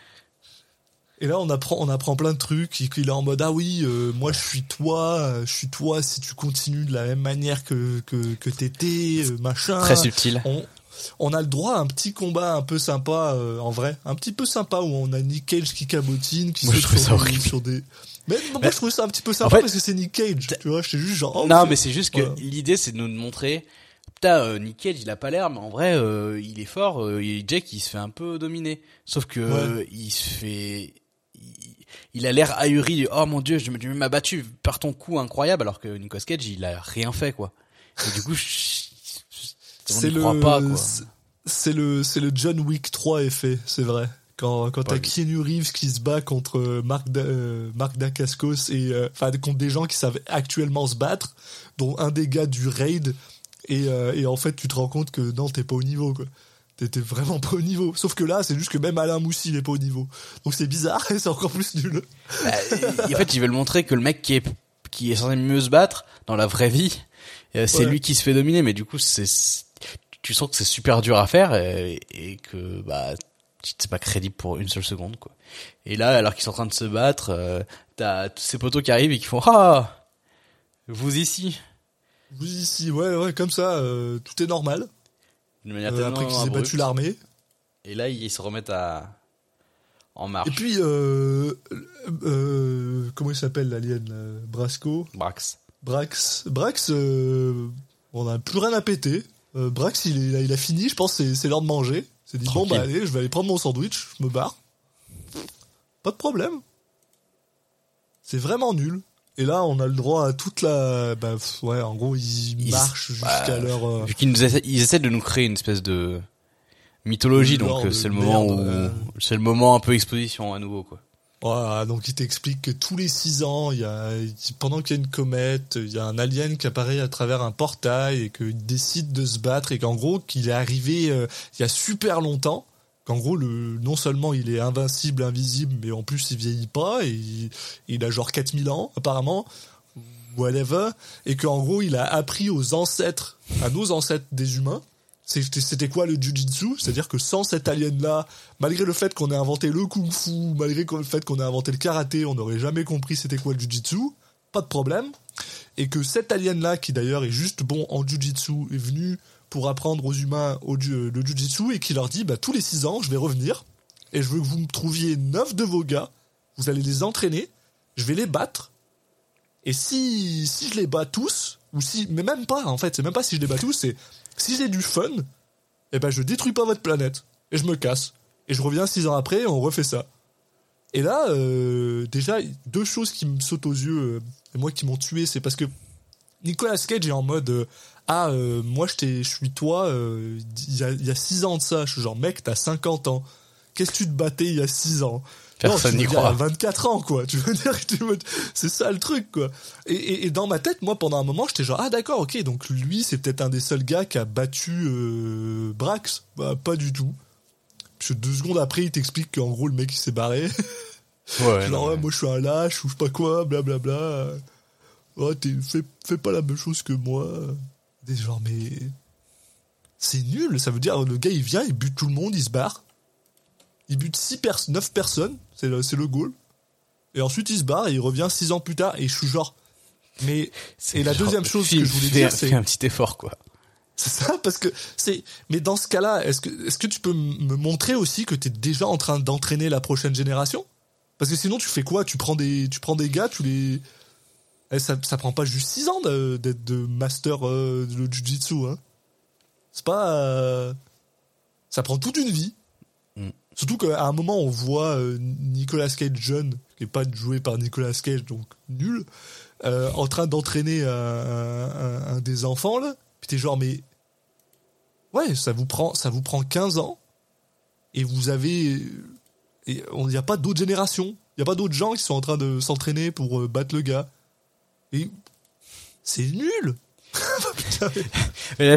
Et là on apprend plein de trucs, il est en mode moi je suis toi si tu continues de la même manière que t'étais, machin. Très subtil. On a le droit à un petit combat un peu sympa, en vrai, un petit peu sympa, où on a Nick Cage qui cabotine, qui se sur des... Mais moi je trouve ça un petit peu sympa, en fait, parce que c'est Nick Cage, tu vois, j'étais juste genre... non, mais c'est juste que l'idée c'est de nous montrer... Putain, Nick Cage il a pas l'air, mais en vrai il est fort, Jake il se fait un peu dominer. Sauf que il se fait... Il a l'air ahuri, oh mon dieu, je m'as battu par ton coup incroyable, alors que Nicolas Cage il a rien fait, quoi. Et du coup, on n'y croit pas, quoi. C'est le John Wick 3 effet, c'est vrai. Quand t'as Keanu Reeves qui se bat contre Mark Dacascos et contre des gens qui savent actuellement se battre, dont un des gars du raid, et en fait tu te rends compte que non, t'es pas au niveau, quoi. T'étais vraiment pas au niveau. Sauf que là, c'est juste que même Alain Moussi, il est pas au niveau. Donc c'est bizarre et c'est encore plus nul. En fait, ils veulent montrer que le mec qui est censé mieux se battre dans la vraie vie, c'est lui qui se fait dominer. Mais du coup, tu sens que c'est super dur à faire et que c'est pas crédible pour une seule seconde, quoi. Et là, alors qu'ils sont en train de se battre, t'as tous ces potos qui arrivent et qui font vous ici, ouais, comme ça, tout est normal. Après qu'ils aient battu l'armée. Et là, ils se remettent en marche. Et puis, comment il s'appelle l'alien, Brax, on n'a plus rien à péter. Brax, il a fini, je pense que c'est l'heure de manger. Il s'est dit, tranquille. Allez, je vais aller prendre mon sandwich, je me barre. Pas de problème. C'est vraiment nul. Et là, on a le droit à toute la... en gros, ils marchent jusqu'à leur... Vu ils essaient de nous créer une espèce de mythologie, donc c'est le moment c'est le moment un peu exposition à nouveau, quoi. Voilà, donc il t'explique que tous les 6 ans, pendant qu'il y a une comète, il y a un alien qui apparaît à travers un portail et qu'il décide de se battre et qu'en gros, qu'il est arrivé il y a super longtemps, qu'en gros, non seulement il est invincible, invisible, mais en plus il vieillit pas et il a genre 4000 ans apparemment, whatever, et qu'en gros il a appris à nos ancêtres des humains. C'était quoi le jujitsu? C'est-à-dire que sans cet alien-là, malgré le fait qu'on ait inventé le kung-fu, malgré le fait qu'on ait inventé le karaté, on n'aurait jamais compris c'était quoi le jujitsu. Pas de problème. Et que cet alien-là, qui d'ailleurs est juste bon en jujitsu, est venu pour apprendre aux humains le jujitsu et qui leur dit, tous les 6 ans, je vais revenir et je veux que vous me trouviez 9 de vos gars, vous allez les entraîner, je vais les battre. Et si je les bats tous, mais même pas en fait, c'est même pas si je les bats tous, c'est si j'ai du fun, je détruis pas votre planète et je me casse et je reviens 6 ans après et on refait ça. Et là, déjà 2 choses qui me sautent aux yeux et moi qui m'ont tué, c'est parce que Nicolas Cage est en mode moi je suis toi il y a 6 ans de ça, je suis genre mec t'as 50 ans, qu'est-ce que tu te battais il y a 6 ans? Personne n'y croit. 24 ans, quoi. Tu veux dire, c'est ça le truc, quoi. Et dans ma tête, moi, pendant un moment, j'étais genre, d'accord, ok, donc lui, c'est peut-être un des seuls gars qui a battu Brax. Pas du tout. Parce que 2 secondes après, il t'explique qu'en gros, le mec, il s'est barré. Ouais, genre, moi, je suis un lâche, ou je sais pas quoi, blablabla. Ouais, fais pas la même chose que moi. Des genre, mais... C'est nul, ça veut dire, le gars, il vient, il bute tout le monde, il se barre. Il bute 9 personnes, c'est le goal. Et ensuite, il se barre et il revient 6 ans plus tard. Et je suis genre... Mais... Et la deuxième chose que je voulais dire, c'est... Fais un petit effort, quoi. C'est ça, parce que c'est... Mais dans ce cas-là, est-ce que tu peux me montrer aussi que t'es déjà en train d'entraîner la prochaine génération? Parce que sinon, tu fais quoi? Tu prends des gars, tu les... Ça prend pas juste 6 ans d'être de master de jiu-jitsu, hein. C'est pas... Ça prend toute une vie. Surtout qu'à un moment, on voit Nicolas Cage jeune, qui est pas joué par Nicolas Cage, donc nul, en train d'entraîner un des enfants, là. Puis t'es genre, mais... Ouais, ça vous prend 15 ans, et vous avez... Il n'y a pas d'autres générations. Il n'y a pas d'autres gens qui sont en train de s'entraîner pour battre le gars. Et... C'est nul. Putain, mais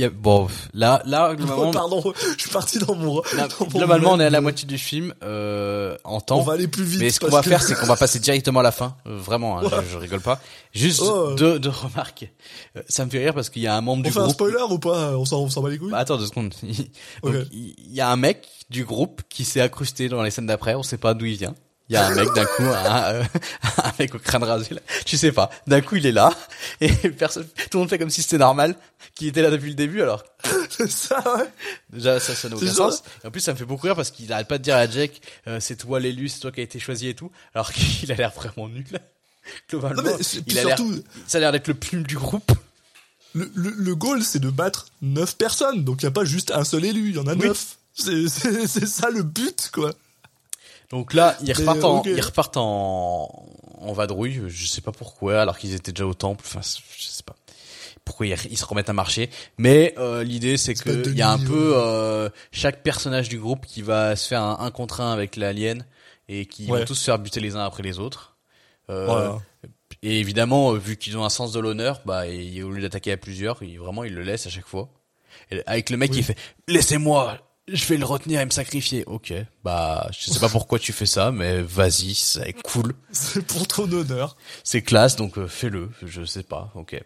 là, globalement, pardon, je suis parti dans mon... Globalement, on est à la moitié du film, en temps. On va aller plus vite. Mais ce qu'on va faire, c'est qu'on va passer directement à la fin. Vraiment, hein, je rigole pas. Juste deux remarques. Ça me fait rire parce qu'il y a un membre du groupe. On fait un spoiler ou pas? On s'en bat les couilles? Attends 2 secondes. Okay. Il y a un mec du groupe qui s'est accrusté dans les scènes d'après. On sait pas d'où il vient. Il y a un mec d'un coup, un mec au crâne rasé là. Tu sais pas. D'un coup, il est là et personne, tout le monde fait comme si c'était normal, qu'il était là depuis le début. Alors, c'est ça, ouais. Déjà, ça n'a aucun sens. Et en plus, ça me fait beaucoup rire parce qu'il arrête pas de dire à Jake, c'est toi l'élu, c'est toi qui a été choisi et tout. Alors qu'il a l'air vraiment nul. Globalement, non, ça a l'air d'être le plume du groupe. Le goal, c'est de battre 9 personnes. Donc il y a pas juste un seul élu, il y en a 9. C'est ça le but, quoi. Donc là, ils repartent en vadrouille, je sais pas pourquoi, alors qu'ils étaient déjà au temple, enfin, je sais pas. Pourquoi ils se remettent à marcher. Mais, l'idée, c'est que il y a un peu, chaque personnage du groupe qui va se faire un contre 1 avec l'alien et qui vont tous se faire buter les uns après les autres. Voilà. Et évidemment, vu qu'ils ont un sens de l'honneur, au lieu d'attaquer à plusieurs, ils le laissent à chaque fois. Et avec le mec qui fait, laissez-moi, je vais le retenir et me sacrifier. Ok, je sais pas pourquoi tu fais ça, mais vas-y, c'est cool. C'est pour ton honneur. C'est classe, donc fais-le. Je sais pas, ok.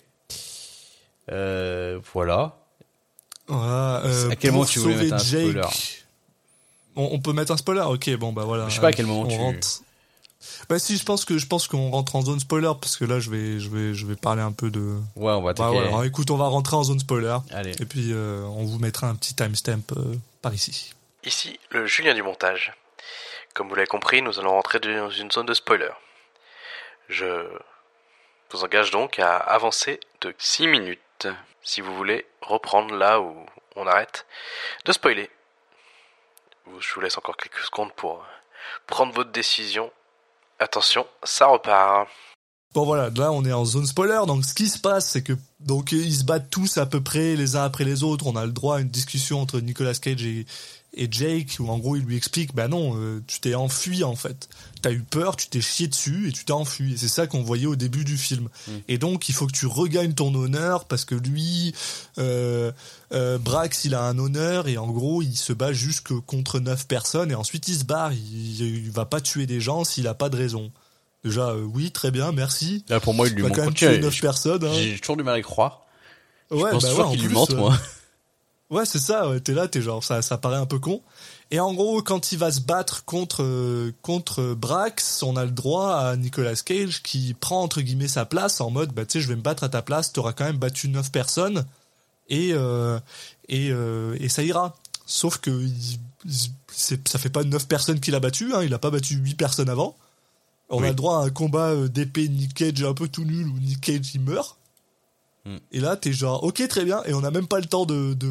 Voilà. À quel moment tu voulais mettre un spoiler? On peut mettre un spoiler. Ok, voilà. Je sais pas à quel moment tu rentre. Si, je pense qu'on rentre en zone spoiler parce que là je vais parler un peu de. Ouais, on va attaquer. Alors, écoute, on va rentrer en zone spoiler. Allez. Et puis on vous mettra un petit timestamp par ici. Ici, le Julien du montage. Comme vous l'avez compris, nous allons rentrer dans une zone de spoiler. Je vous engage donc à avancer de 6 minutes, si vous voulez reprendre là où on arrête de spoiler. Je vous laisse encore quelques secondes pour prendre votre décision. Attention, ça repart. Bon voilà, là on est en zone spoiler, donc ce qui se passe c'est que donc ils se battent tous à peu près les uns après les autres, on a le droit à une discussion entre Nicolas Cage et Jake où en gros il lui explique bah non, tu t'es enfui en fait. T'as eu peur, tu t'es chié dessus et tu t'es enfui. Et c'est ça qu'on voyait au début du film. Et donc il faut que tu regagnes ton honneur parce que lui Brax il a un honneur et en gros il se bat juste contre 9 personnes et ensuite il se barre, il va pas tuer des gens s'il a pas de raison. Déjà, oui, très bien, merci. Là, pour moi, il lui manque quand même tuer 9 personnes. Hein. J'ai toujours du mal à y croire. Ouais, je pense toujours qu'il lui mente, moi. Ouais, c'est ça. Ouais, t'es là, t'es genre, ça paraît un peu con. Et en gros, quand il va se battre contre Brax, on a le droit à Nicolas Cage qui prend entre guillemets sa place en mode, bah tu sais, je vais me battre à ta place. T'auras quand même battu 9 personnes et ça ira. Sauf que ça fait pas 9 personnes qu'il a battu. Hein, il a pas battu 8 personnes avant. On a le droit à un combat d'épée Nick Cage un peu tout nul où Nick Cage il meurt. Et là t'es genre ok très bien et on a même pas le temps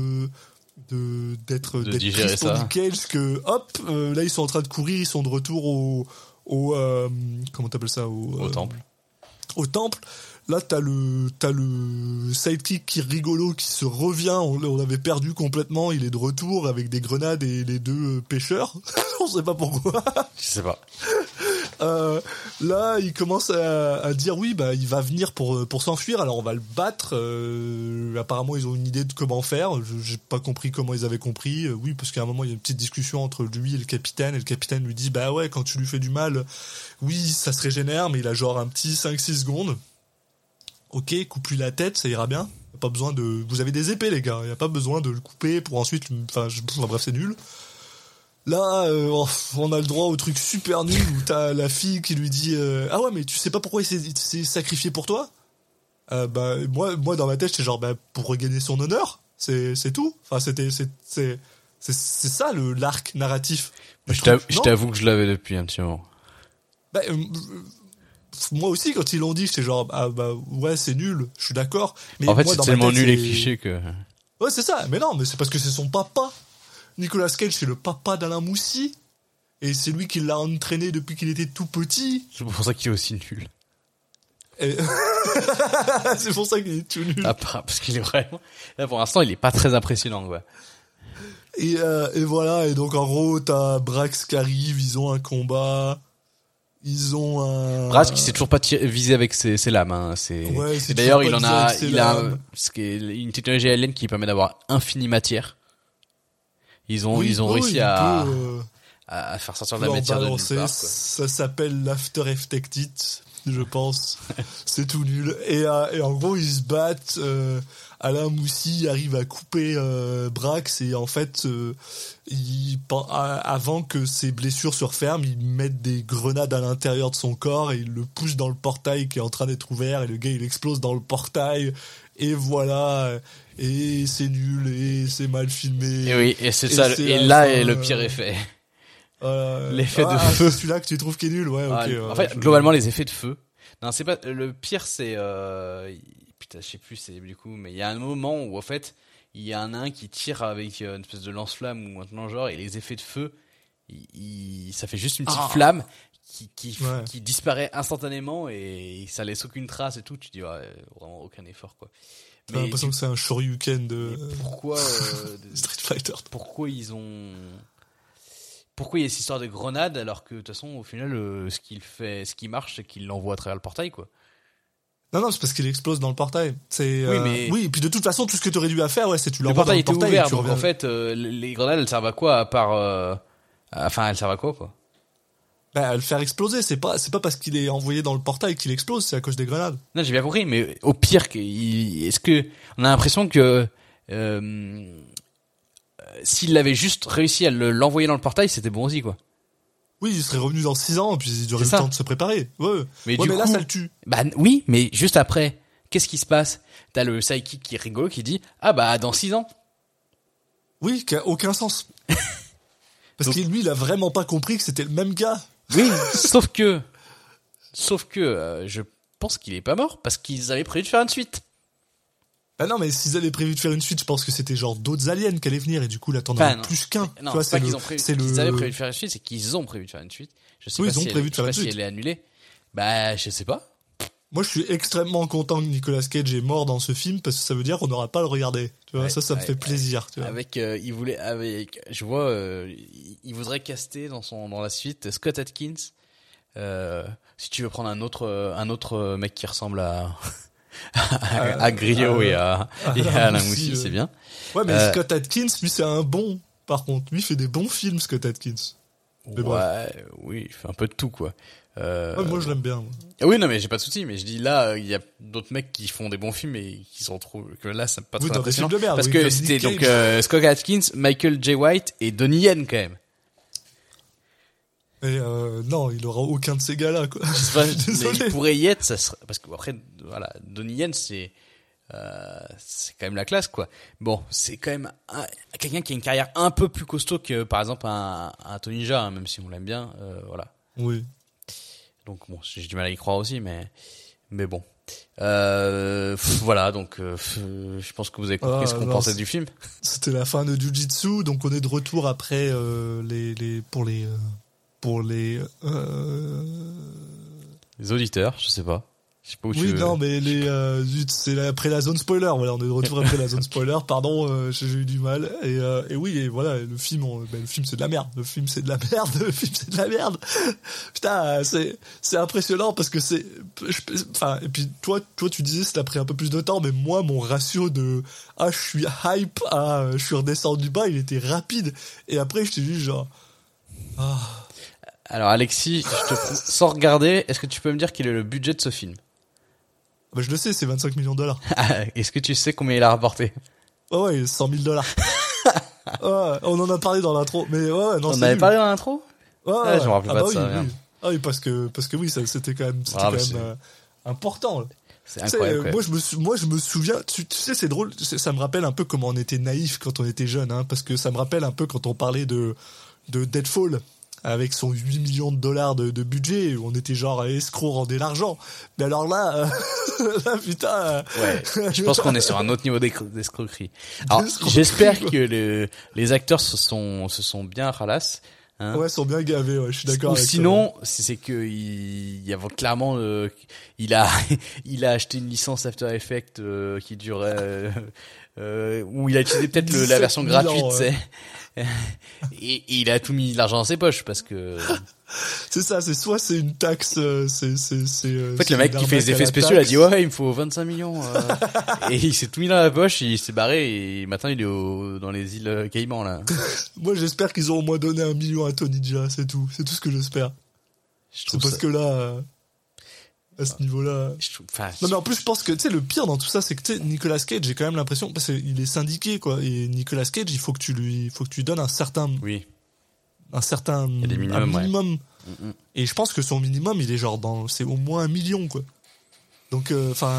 d'être triste pour Nick Cage que hop là ils sont en train de courir, ils sont de retour au comment t'appelles ça au temple. Au temple. Là t'as le sidekick qui est rigolo qui se revient, on l'avait perdu complètement, il est de retour avec des grenades et les deux pêcheurs. On sait pas pourquoi. Je sais pas. Là, il commence à dire oui, bah il va venir pour s'enfuir. Alors on va le battre. Apparemment, ils ont une idée de comment faire. J'ai pas compris comment ils avaient compris. Oui, parce qu'à un moment, il y a une petite discussion entre lui et le capitaine lui dit bah ouais, quand tu lui fais du mal, oui, ça se régénère, mais il a genre un petit 5-6 secondes. Ok, coupe-lui la tête, ça ira bien. Pas besoin de. Vous avez des épées, les gars. Il y a pas besoin de le couper pour ensuite. Enfin, bref, c'est nul. Là, on a le droit au truc super nul où t'as la fille qui lui dit ah ouais mais tu sais pas pourquoi il s'est sacrifié pour toi. Bah moi dans ma tête j'étais genre bah pour regagner son honneur, c'est tout. Enfin c'est ça l'arc narratif. Je t'avoue que je l'avais depuis un petit moment. Bah, moi aussi quand ils l'ont dit j'étais genre ah bah ouais c'est nul, je suis d'accord. Mais en fait moi, c'est tellement nul et cliché que. Ouais c'est ça, mais non mais c'est parce que c'est son papa. Nicolas Cage, c'est le papa d'Alain Moussy. Et c'est lui qui l'a entraîné depuis qu'il était tout petit. C'est pour ça qu'il est aussi nul. C'est pour ça qu'il est tout nul. Ah, parce qu'il est vraiment... Là, pour l'instant, il est pas très impressionnant, quoi. Et voilà, et donc en gros, t'as Brax qui arrive, ils ont un combat. Ils ont un... Brax qui s'est toujours pas visé avec ses lames, hein. Ouais, et d'ailleurs, il a une technologie alien qui permet d'avoir infinie matière. Ils ont réussi à faire sortir de la matière de nulle part, quoi. Ça s'appelle l'After Effected, je pense. C'est tout nul. Et en gros, ils se battent. Alain Moussy arrive à couper Brax et en fait, avant que ses blessures se referment, ils mettent des grenades à l'intérieur de son corps et ils le poussent dans le portail qui est en train d'être ouvert et le gars il explose dans le portail. Et voilà, et c'est nul, et c'est mal filmé. Et oui, et c'est ça, et là est le pire effet. L'effet de feu. C'est celui-là que tu trouves qui est nul, ouais, ok. En fait, globalement, les effets de feu. Non, c'est pas, le pire, c'est, putain, je sais plus, c'est du coup, mais il y a un moment où, en fait, il y a un nain qui tire avec une espèce de lance-flamme ou un genre, et les effets de feu, ça fait juste une petite flamme qui disparaît instantanément et ça laisse aucune trace et tout. Tu dis vraiment aucun effort, quoi. T'as l'impression que c'est un shoryuken de pourquoi Street Fighter. Pourquoi il y a cette histoire de grenade alors que de toute façon au final ce qui marche c'est qu'il l'envoie à travers le portail, quoi. Non, c'est parce qu'il explose dans le portail. Oui, et puis de toute façon, tout ce que t'aurais dû faire, c'est tu l'envoies dans le portail. Le portail était ouvert, donc en fait, les grenades, elles servent à quoi, à part, elles servent à quoi? Bah, à le faire exploser. C'est pas parce qu'il est envoyé dans le portail qu'il explose, c'est à cause des grenades. Non, j'ai bien compris, mais au pire, est-ce que, on a l'impression que, s'il avait juste réussi à l'envoyer dans le portail, c'était bon aussi, quoi. Oui, il serait revenu dans 6 ans, puis il aurait eu le temps de se préparer. Ouais. Mais coup, là, ça le tue. Bah, oui, mais juste après, qu'est-ce qui se passe? T'as le sidekick qui est rigolo, qui dit, ah bah, dans 6 ans. Oui, qui a aucun sens. Parce que lui, il a vraiment pas compris que c'était le même gars. Oui, sauf que, je pense qu'il est pas mort, parce qu'ils avaient prévu de faire une suite. Ah non, mais s'ils avaient prévu de faire une suite, je pense que c'était genre d'autres aliens qui allaient venir, et du coup, là, t'en as plus qu'un. Non, c'est pas qu'ils avaient prévu de faire une suite, c'est qu'ils ont prévu de faire une suite. Je sais pas si elle est annulée. Bah, je sais pas. Moi, je suis extrêmement content que Nicolas Cage est mort dans ce film parce que ça veut dire qu'on n'aura pas à le regarder. Tu vois, Ouais, ça me fait plaisir. Tu vois. il voudrait caster dans la suite Scott Adkins. Si tu veux prendre un autre mec qui ressemble à Griot et à Alain Moussy, c'est bien. Ouais, mais Scott Adkins, lui, c'est un bon. Par contre, lui, il fait des bons films, Scott Adkins. Mais ouais, oui, il fait un peu de tout, quoi. Ouais, moi, je l'aime bien. Moi. Oui, non, mais j'ai pas de souci, mais je dis là, il y a d'autres mecs qui font des bons films et qui sont trop, que là, c'est pas très impressionnant. De merde, parce que c'était donc, Scott Adkins, Michael J. White et Donnie Yen, quand même. Et non, il aura aucun de ces gars-là, quoi. Je sais pas, mais il pourrait y être, ça serait, parce que après, voilà, Donnie Yen, c'est quand même la classe, quoi. Bon, c'est quand même quelqu'un qui a une carrière un peu plus costaud que, par exemple, un Tony Jaa, hein, même si on l'aime bien, voilà. Oui. Donc bon, j'ai du mal à y croire aussi, mais bon. Voilà, donc je pense que vous avez compris ce qu'on pensait du film. C'était la fin de Jiu-Jitsu, donc on est de retour après pour les auditeurs, je sais pas où tu veux. Oui, non, mais c'est après la zone spoiler. Voilà, on est de retour après la zone spoiler. Pardon, j'ai eu du mal. Et oui, et voilà, le film, c'est de la merde. Le film, c'est de la merde. Putain, c'est impressionnant parce que et puis toi, tu disais, ça a pris un peu plus de temps, mais moi, mon ratio de, je suis hype je suis redescendu bas, il était rapide. Et après, je t'ai dit genre, Alors, Alexis, sans regarder, est-ce que tu peux me dire quel est le budget de ce film? Bah, je le sais, c'est 25 millions $. Est-ce que tu sais combien il a rapporté? Ouais, 100 000 $. Ouais, on en a parlé dans l'intro, mais ouais, non, on avait parlé dans l'intro? Ouais, je me rappelle pas de ça. Oui. Ah oui, parce que oui, c'était quand même, important. C'est incroyable. Moi, je me souviens, tu sais, c'est drôle, ça me rappelle un peu comment on était naïf quand on était jeune, hein, parce que ça me rappelle un peu quand on parlait de Deadfall. Avec son 8 millions $ de budget, on était genre escroc, rendez l'argent. Mais alors là, putain. Ouais, je pense qu'on est sur un autre niveau d'escroquerie. Alors, j'espère que les acteurs se sont bien ralassent. Hein. Ouais, sont bien gavés, ouais, je suis d'accord avec sinon, c'est que il y a clairement il a acheté une licence After Effects qui durait où il a utilisé peut-être la version gratuite, tu sais. Et il a tout mis l'argent dans ses poches parce que c'est ça, c'est une taxe, en fait le mec qui fait les effets spéciaux, il a dit ouais, il me faut 25 millions et il s'est tout mis dans la poche, il s'est barré et maintenant il est dans les îles Caïmans là. Moi j'espère qu'ils ont au moins donné 1 million à Tony Jaa, c'est tout ce que j'espère. Parce que là à ce niveau-là. Non mais en plus je pense que tu sais le pire dans tout ça c'est que tu sais Nicolas Cage, j'ai quand même l'impression parce qu'il est syndiqué quoi, et Nicolas Cage il faut que tu lui donnes un certain minimum. Ouais. Et je pense que son minimum il est genre c'est au moins 1 million quoi. Donc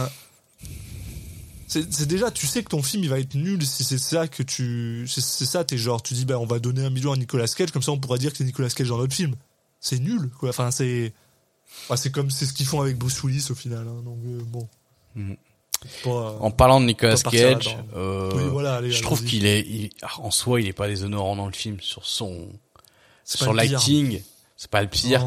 c'est déjà, tu sais que ton film il va être nul si c'est ça que c'est ça, t'es genre tu dis on va donner 1 million à Nicolas Cage, comme ça on pourra dire que c'est Nicolas Cage dans notre film. C'est nul quoi, enfin c'est ce qu'ils font avec Bruce Willis au final, hein. Donc bon. En parlant de Nicolas Cage, oui, voilà, je trouve en soi il est pas déshonorant dans le film sur sur l'acting, c'est pas le pire.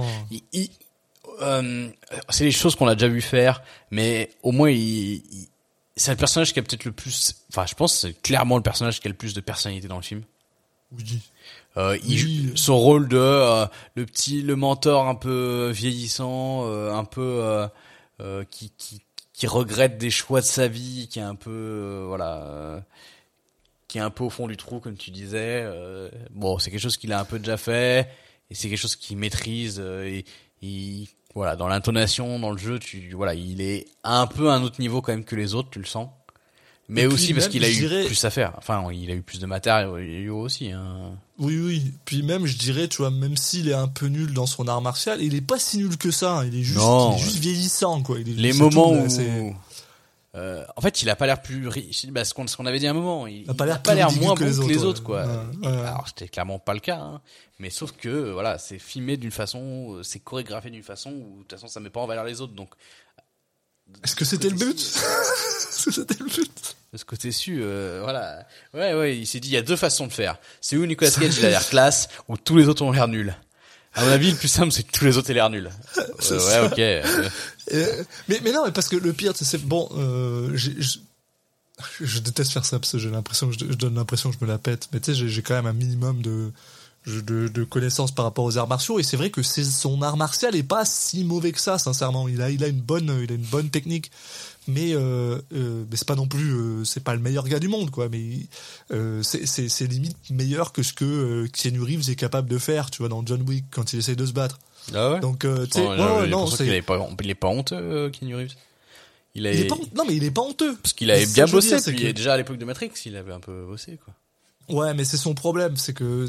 C'est les choses qu'on a déjà vu faire, mais au moins c'est le personnage qui a peut-être le plus, je pense que c'est clairement le personnage qui a le plus de personnalité dans le film. Oui. Son rôle de le mentor un peu vieillissant, un peu qui regrette des choix de sa vie, qui est un peu qui est un peu au fond du trou comme tu disais. Bon, c'est quelque chose qu'il a un peu déjà fait et c'est quelque chose qu'il maîtrise et voilà, dans l'intonation, dans le jeu, il est un peu à un autre niveau quand même que les autres, tu le sens. Mais et aussi parce qu'il a eu plus à faire. Enfin, il a eu plus de matériaux aussi. Hein. Oui. Puis même, je dirais, tu vois, même s'il est un peu nul dans son art martial, il est pas si nul que ça. Hein. Il est juste vieillissant, quoi. Les moments où... en fait, il a pas l'air plus riche. Ce qu'on avait dit à un moment. Il a pas l'air moins bon que les autres, quoi. Ouais. Alors, c'était clairement pas le cas. Hein. Mais sauf que, voilà, c'est filmé d'une façon, c'est chorégraphié d'une façon où, de toute façon, ça met pas en valeur les autres. Donc, est-ce que c'était le but? C'était le but. De ce côté su, voilà. Ouais, il s'est dit, il y a deux façons de faire. C'est où Nicolas Cage, il a l'air classe, ou tous les autres ont l'air nuls. À mon avis, le plus simple, c'est que tous les autres aient l'air nuls. Ouais, ok. Mais non, mais parce que le pire, c'est bon. Je déteste faire ça parce que j'ai l'impression que je donne l'impression que je me la pète. Mais tu sais, j'ai quand même un minimum de connaissances par rapport aux arts martiaux, et c'est vrai que son art martial est pas si mauvais que ça, sincèrement. Il a une bonne technique, mais c'est pas non plus c'est pas le meilleur gars du monde, quoi. Mais c'est limite meilleur que ce que Keanu Reeves est capable de faire, tu vois, dans John Wick quand il essaye de se battre. Ah ouais. Donc tu sais, il est pas honteux, Keanu Reeves. Il est pas, non, mais il est pas honteux. Parce qu'il avait bien bossé, puis déjà à l'époque de Matrix, il avait un peu bossé, quoi. Ouais, mais c'est son problème, c'est que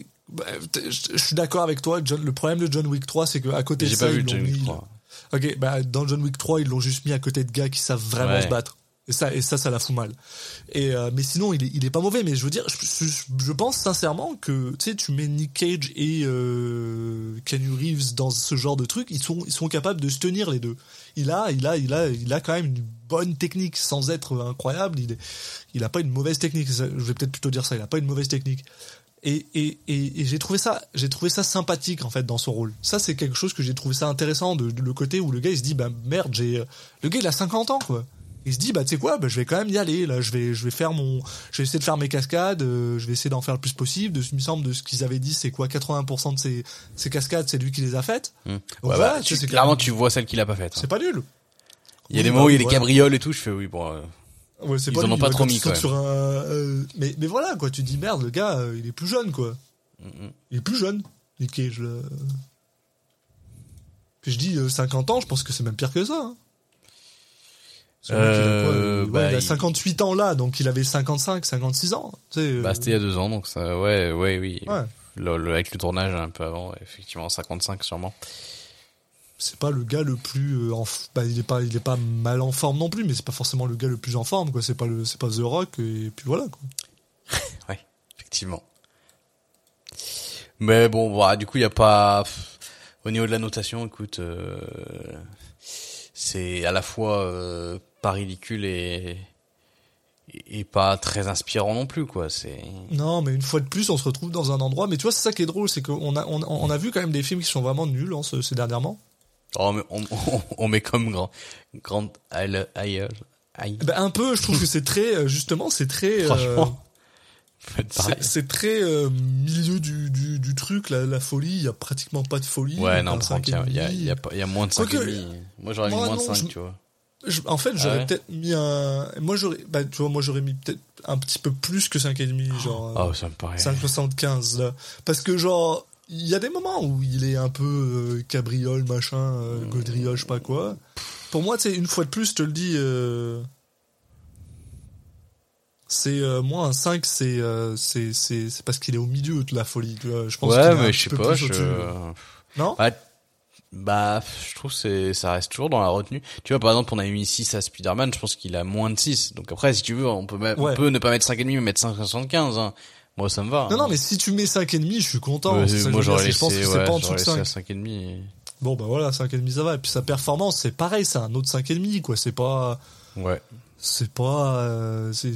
je suis d'accord avec toi. Le problème de John Wick 3, c'est qu'à côté de ça, j'ai pas vu John Wick 3. Ok, dans John Wick 3, ils l'ont juste mis à côté de gars qui savent vraiment se battre. Et ça la fout mal. Mais sinon, il est pas mauvais. Mais je veux dire, je pense sincèrement que, tu sais, tu mets Nick Cage et Keanu Reeves dans ce genre de truc, ils sont capables de se tenir, les deux. Il a quand même une bonne technique, sans être incroyable. Il a pas une mauvaise technique. Je vais peut-être plutôt dire ça. Il a pas une mauvaise technique. Et j'ai trouvé ça sympathique, en fait, dans son rôle. Ça, c'est quelque chose que j'ai trouvé ça intéressant, le côté où le gars, il se dit, bah merde, le gars, il a 50 ans, quoi. Il se dit, bah tu sais quoi, bah je vais quand même y aller, là, je vais essayer de faire mes cascades, je vais essayer d'en faire le plus possible. Il me semble, de ce qu'ils avaient dit, c'est quoi, 80% de ces cascades, c'est lui qui les a faites. Donc voilà, clairement, tu vois celle qu'il a pas faite. C'est pas nul. Il y a des moments où il y a des cabrioles et tout, je fais oui, bon. Ouais, c'est ils pas en ont pas trop mis, quoi. Mais voilà, quoi, tu dis merde, le gars, il est plus jeune, quoi. Il est plus jeune, Nick Cage, là. Puis je dis 50 ans, je pense que c'est même pire que ça, hein. Il a 58 ans là, donc il avait 55, 56 ans. C'était il y a 2 ans, donc ça, oui. Ouais. Avec le tournage un peu avant, effectivement, 55 sûrement. C'est pas le gars le plus il est pas mal en forme non plus, mais c'est pas forcément le gars le plus en forme, quoi. C'est pas The Rock, et puis voilà, quoi. Ouais, effectivement. Mais bon, voilà, du coup, il y a pas au niveau de la notation, écoute, c'est à la fois pas ridicule et pas très inspirant non plus, quoi. Non, mais une fois de plus, on se retrouve dans un endroit. Mais tu vois, c'est ça qui est drôle, c'est qu'on a vu quand même des films qui sont vraiment nuls, hein, ces dernièrement. Oh, mais on met comme grand aïe. Un peu, je trouve que c'est très, justement, c'est très. Franchement. C'est très milieu du truc, la folie. Il y a pratiquement pas de folie. Ouais, non, il y a moins de 5,5. Moi, j'aurais mis moins de 5, tu vois. En fait, j'aurais peut-être mis moi j'aurais mis peut-être un petit peu plus que 5,5, genre. Ça me paraît. 5,75 là. Parce que genre, il y a des moments où il est un peu cabriole, machin, gaudriole, je sais pas quoi. Pour moi, tu sais, une fois de plus, je te le dis, c'est moi un 5, c'est parce qu'il est au milieu de la folie, tu vois. Je pense qu'il est mais un je sais peu pas, plus au-dessus. Non? Je trouve que ça reste toujours dans la retenue. Tu vois, par exemple, on a mis 6 à Spider-Man, je pense qu'il a moins de 6. Donc après, si tu veux, on peut ne pas mettre 5,5, mais mettre 5,75, hein. Moi, ça me va. Non, mais si tu mets 5,5, je suis content. Moi, j'aurais laissé, je pense que c'est pas en dessous de 5. 5,5. Bon, bah voilà, 5,5, ça va. Et puis sa performance, c'est pareil, c'est un autre 5,5, quoi. C'est pas... Ouais. C'est pas... Je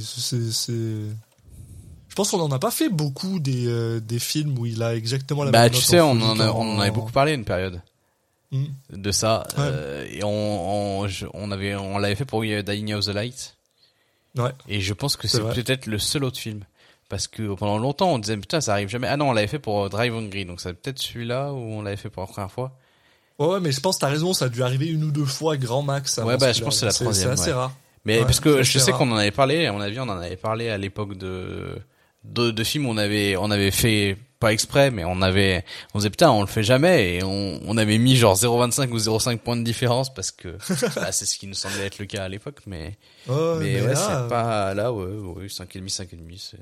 pense qu'on en a pas fait beaucoup des films où il a exactement la même note. Tu sais, on en avait beaucoup parlé une période. De ça, et on l'avait fait pour Dying of the Light. Ouais. Et je pense que c'est peut-être le seul autre film. Parce que pendant longtemps, on disait, putain, ça arrive jamais. Ah non, on l'avait fait pour Drive Hungry. Donc c'est peut-être celui-là où on l'avait fait pour la première fois. Ouais, mais je pense que t'as raison, ça a dû arriver 1 ou 2 fois, grand max. Ouais, je pense que c'est la troisième. C'est assez rare. Mais parce que je sais qu'on en avait parlé, à mon avis, on en avait parlé à l'époque de films où on avait fait, pas exprès, mais on disait putain, on le fait jamais, et on avait mis genre 0,25 ou 0,5 points de différence parce que c'est ce qui nous semblait être le cas à l'époque, mais là, c'est pas là, 5,5, c'est...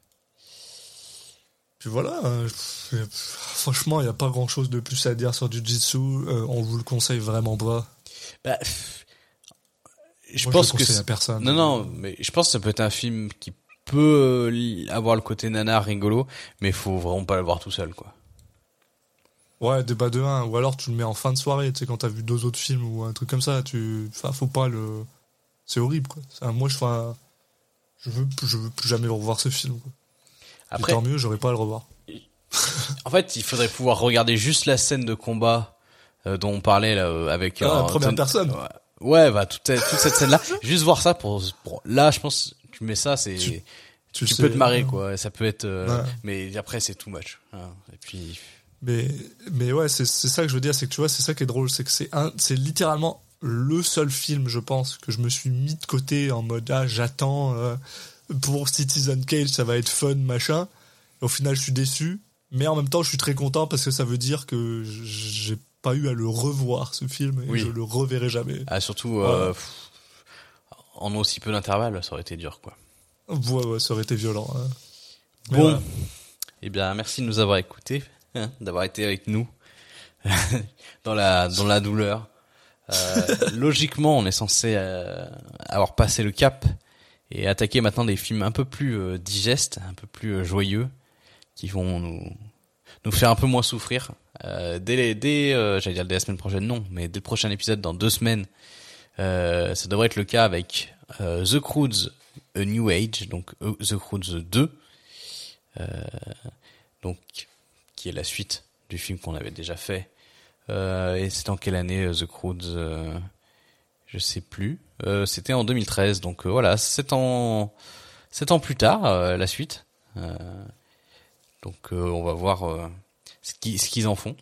Puis voilà, franchement, il n'y a pas grand chose de plus à dire sur Jiu-Jitsu, on vous le conseille vraiment pas. Je pense que c'est à personne. Non, mais je pense que ça peut être un film qui peut avoir le côté nanar rigolo, mais faut vraiment pas le voir tout seul, quoi. Ouais, débat de 1, ou alors tu le mets en fin de soirée, tu sais, quand t'as vu 2 autres films ou un truc comme ça, faut pas le... C'est horrible, quoi. Moi, je veux plus jamais revoir ce film, quoi. Après, tant mieux, j'aurais pas à le revoir. En fait, il faudrait pouvoir regarder juste la scène de combat dont on parlait là, avec la première personne. Ouais, bah toute cette scène-là, juste voir ça pour là, je pense tu mets ça, c'est tu sais, peux te marrer quoi, ça peut être mais après c'est too much. Hein. Et puis mais ouais, c'est ça que je veux dire, c'est que tu vois, c'est ça qui est drôle, c'est que c'est littéralement le seul film, je pense, que je me suis mis de côté en mode j'attends pour Citizen Cage, ça va être fun machin. Et au final, je suis déçu, mais en même temps, je suis très content parce que ça veut dire que j'ai pas eu à le revoir ce film et je le reverrai jamais. Ah surtout en aussi peu d'intervalle, ça aurait été dur quoi. Ouais, ça aurait été violent. Hein. Bon, eh bien merci de nous avoir écoutés, hein, d'avoir été avec nous dans la douleur. Logiquement, on est censé avoir passé le cap et attaquer maintenant des films un peu plus digestes, un peu plus joyeux, qui vont nous faire un peu moins souffrir. J'allais dire dès la semaine prochaine, non, mais dès le prochain épisode dans 2 semaines, ça devrait être le cas avec The Croods A New Age, donc The Croods 2, donc qui est la suite du film qu'on avait déjà fait. Et c'est en quelle année The Croods je sais plus. C'était en 2013, donc voilà, 7 ans plus tard, la suite. Donc on va voir ce qu'ils en font.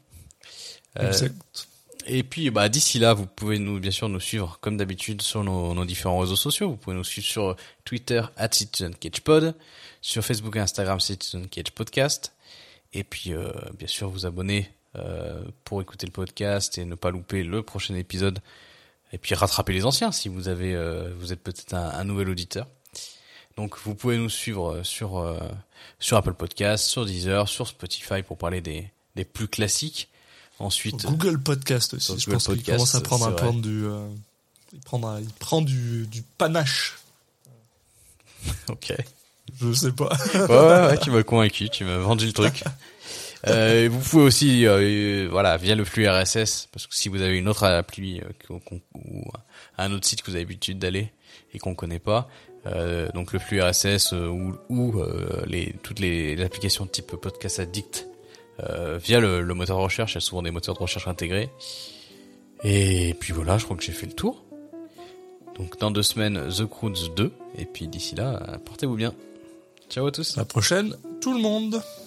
Et puis d'ici là, vous pouvez bien sûr nous suivre comme d'habitude sur nos différents réseaux sociaux. Vous pouvez nous suivre sur Twitter @CitizenCagePod, sur Facebook et Instagram Citizen Cage Podcast. Et puis bien sûr vous abonner pour écouter le podcast et ne pas louper le prochain épisode. Et puis rattraper les anciens si vous êtes peut-être un nouvel auditeur. Donc vous pouvez nous suivre sur Apple Podcasts, sur Deezer, sur Spotify pour parler des plus classiques. Ensuite Google Podcast aussi, je pense qu'il commence à prendre il prend du panache. OK. Je sais pas. ouais, tu m'as convaincu, tu m'as vendu le truc. Vous pouvez aussi via le flux RSS, parce que si vous avez une autre appli ou un autre site que vous avez l'habitude d'aller et qu'on connaît pas, donc le flux RSS ou toutes les applications de type Podcast Addict via le moteur de recherche, il y a souvent des moteurs de recherche intégrés. Et puis voilà, je crois que j'ai fait le tour. Donc dans 2 semaines, The Croods 2, et puis d'ici là, portez-vous bien. Ciao à tous. À la prochaine, tout le monde.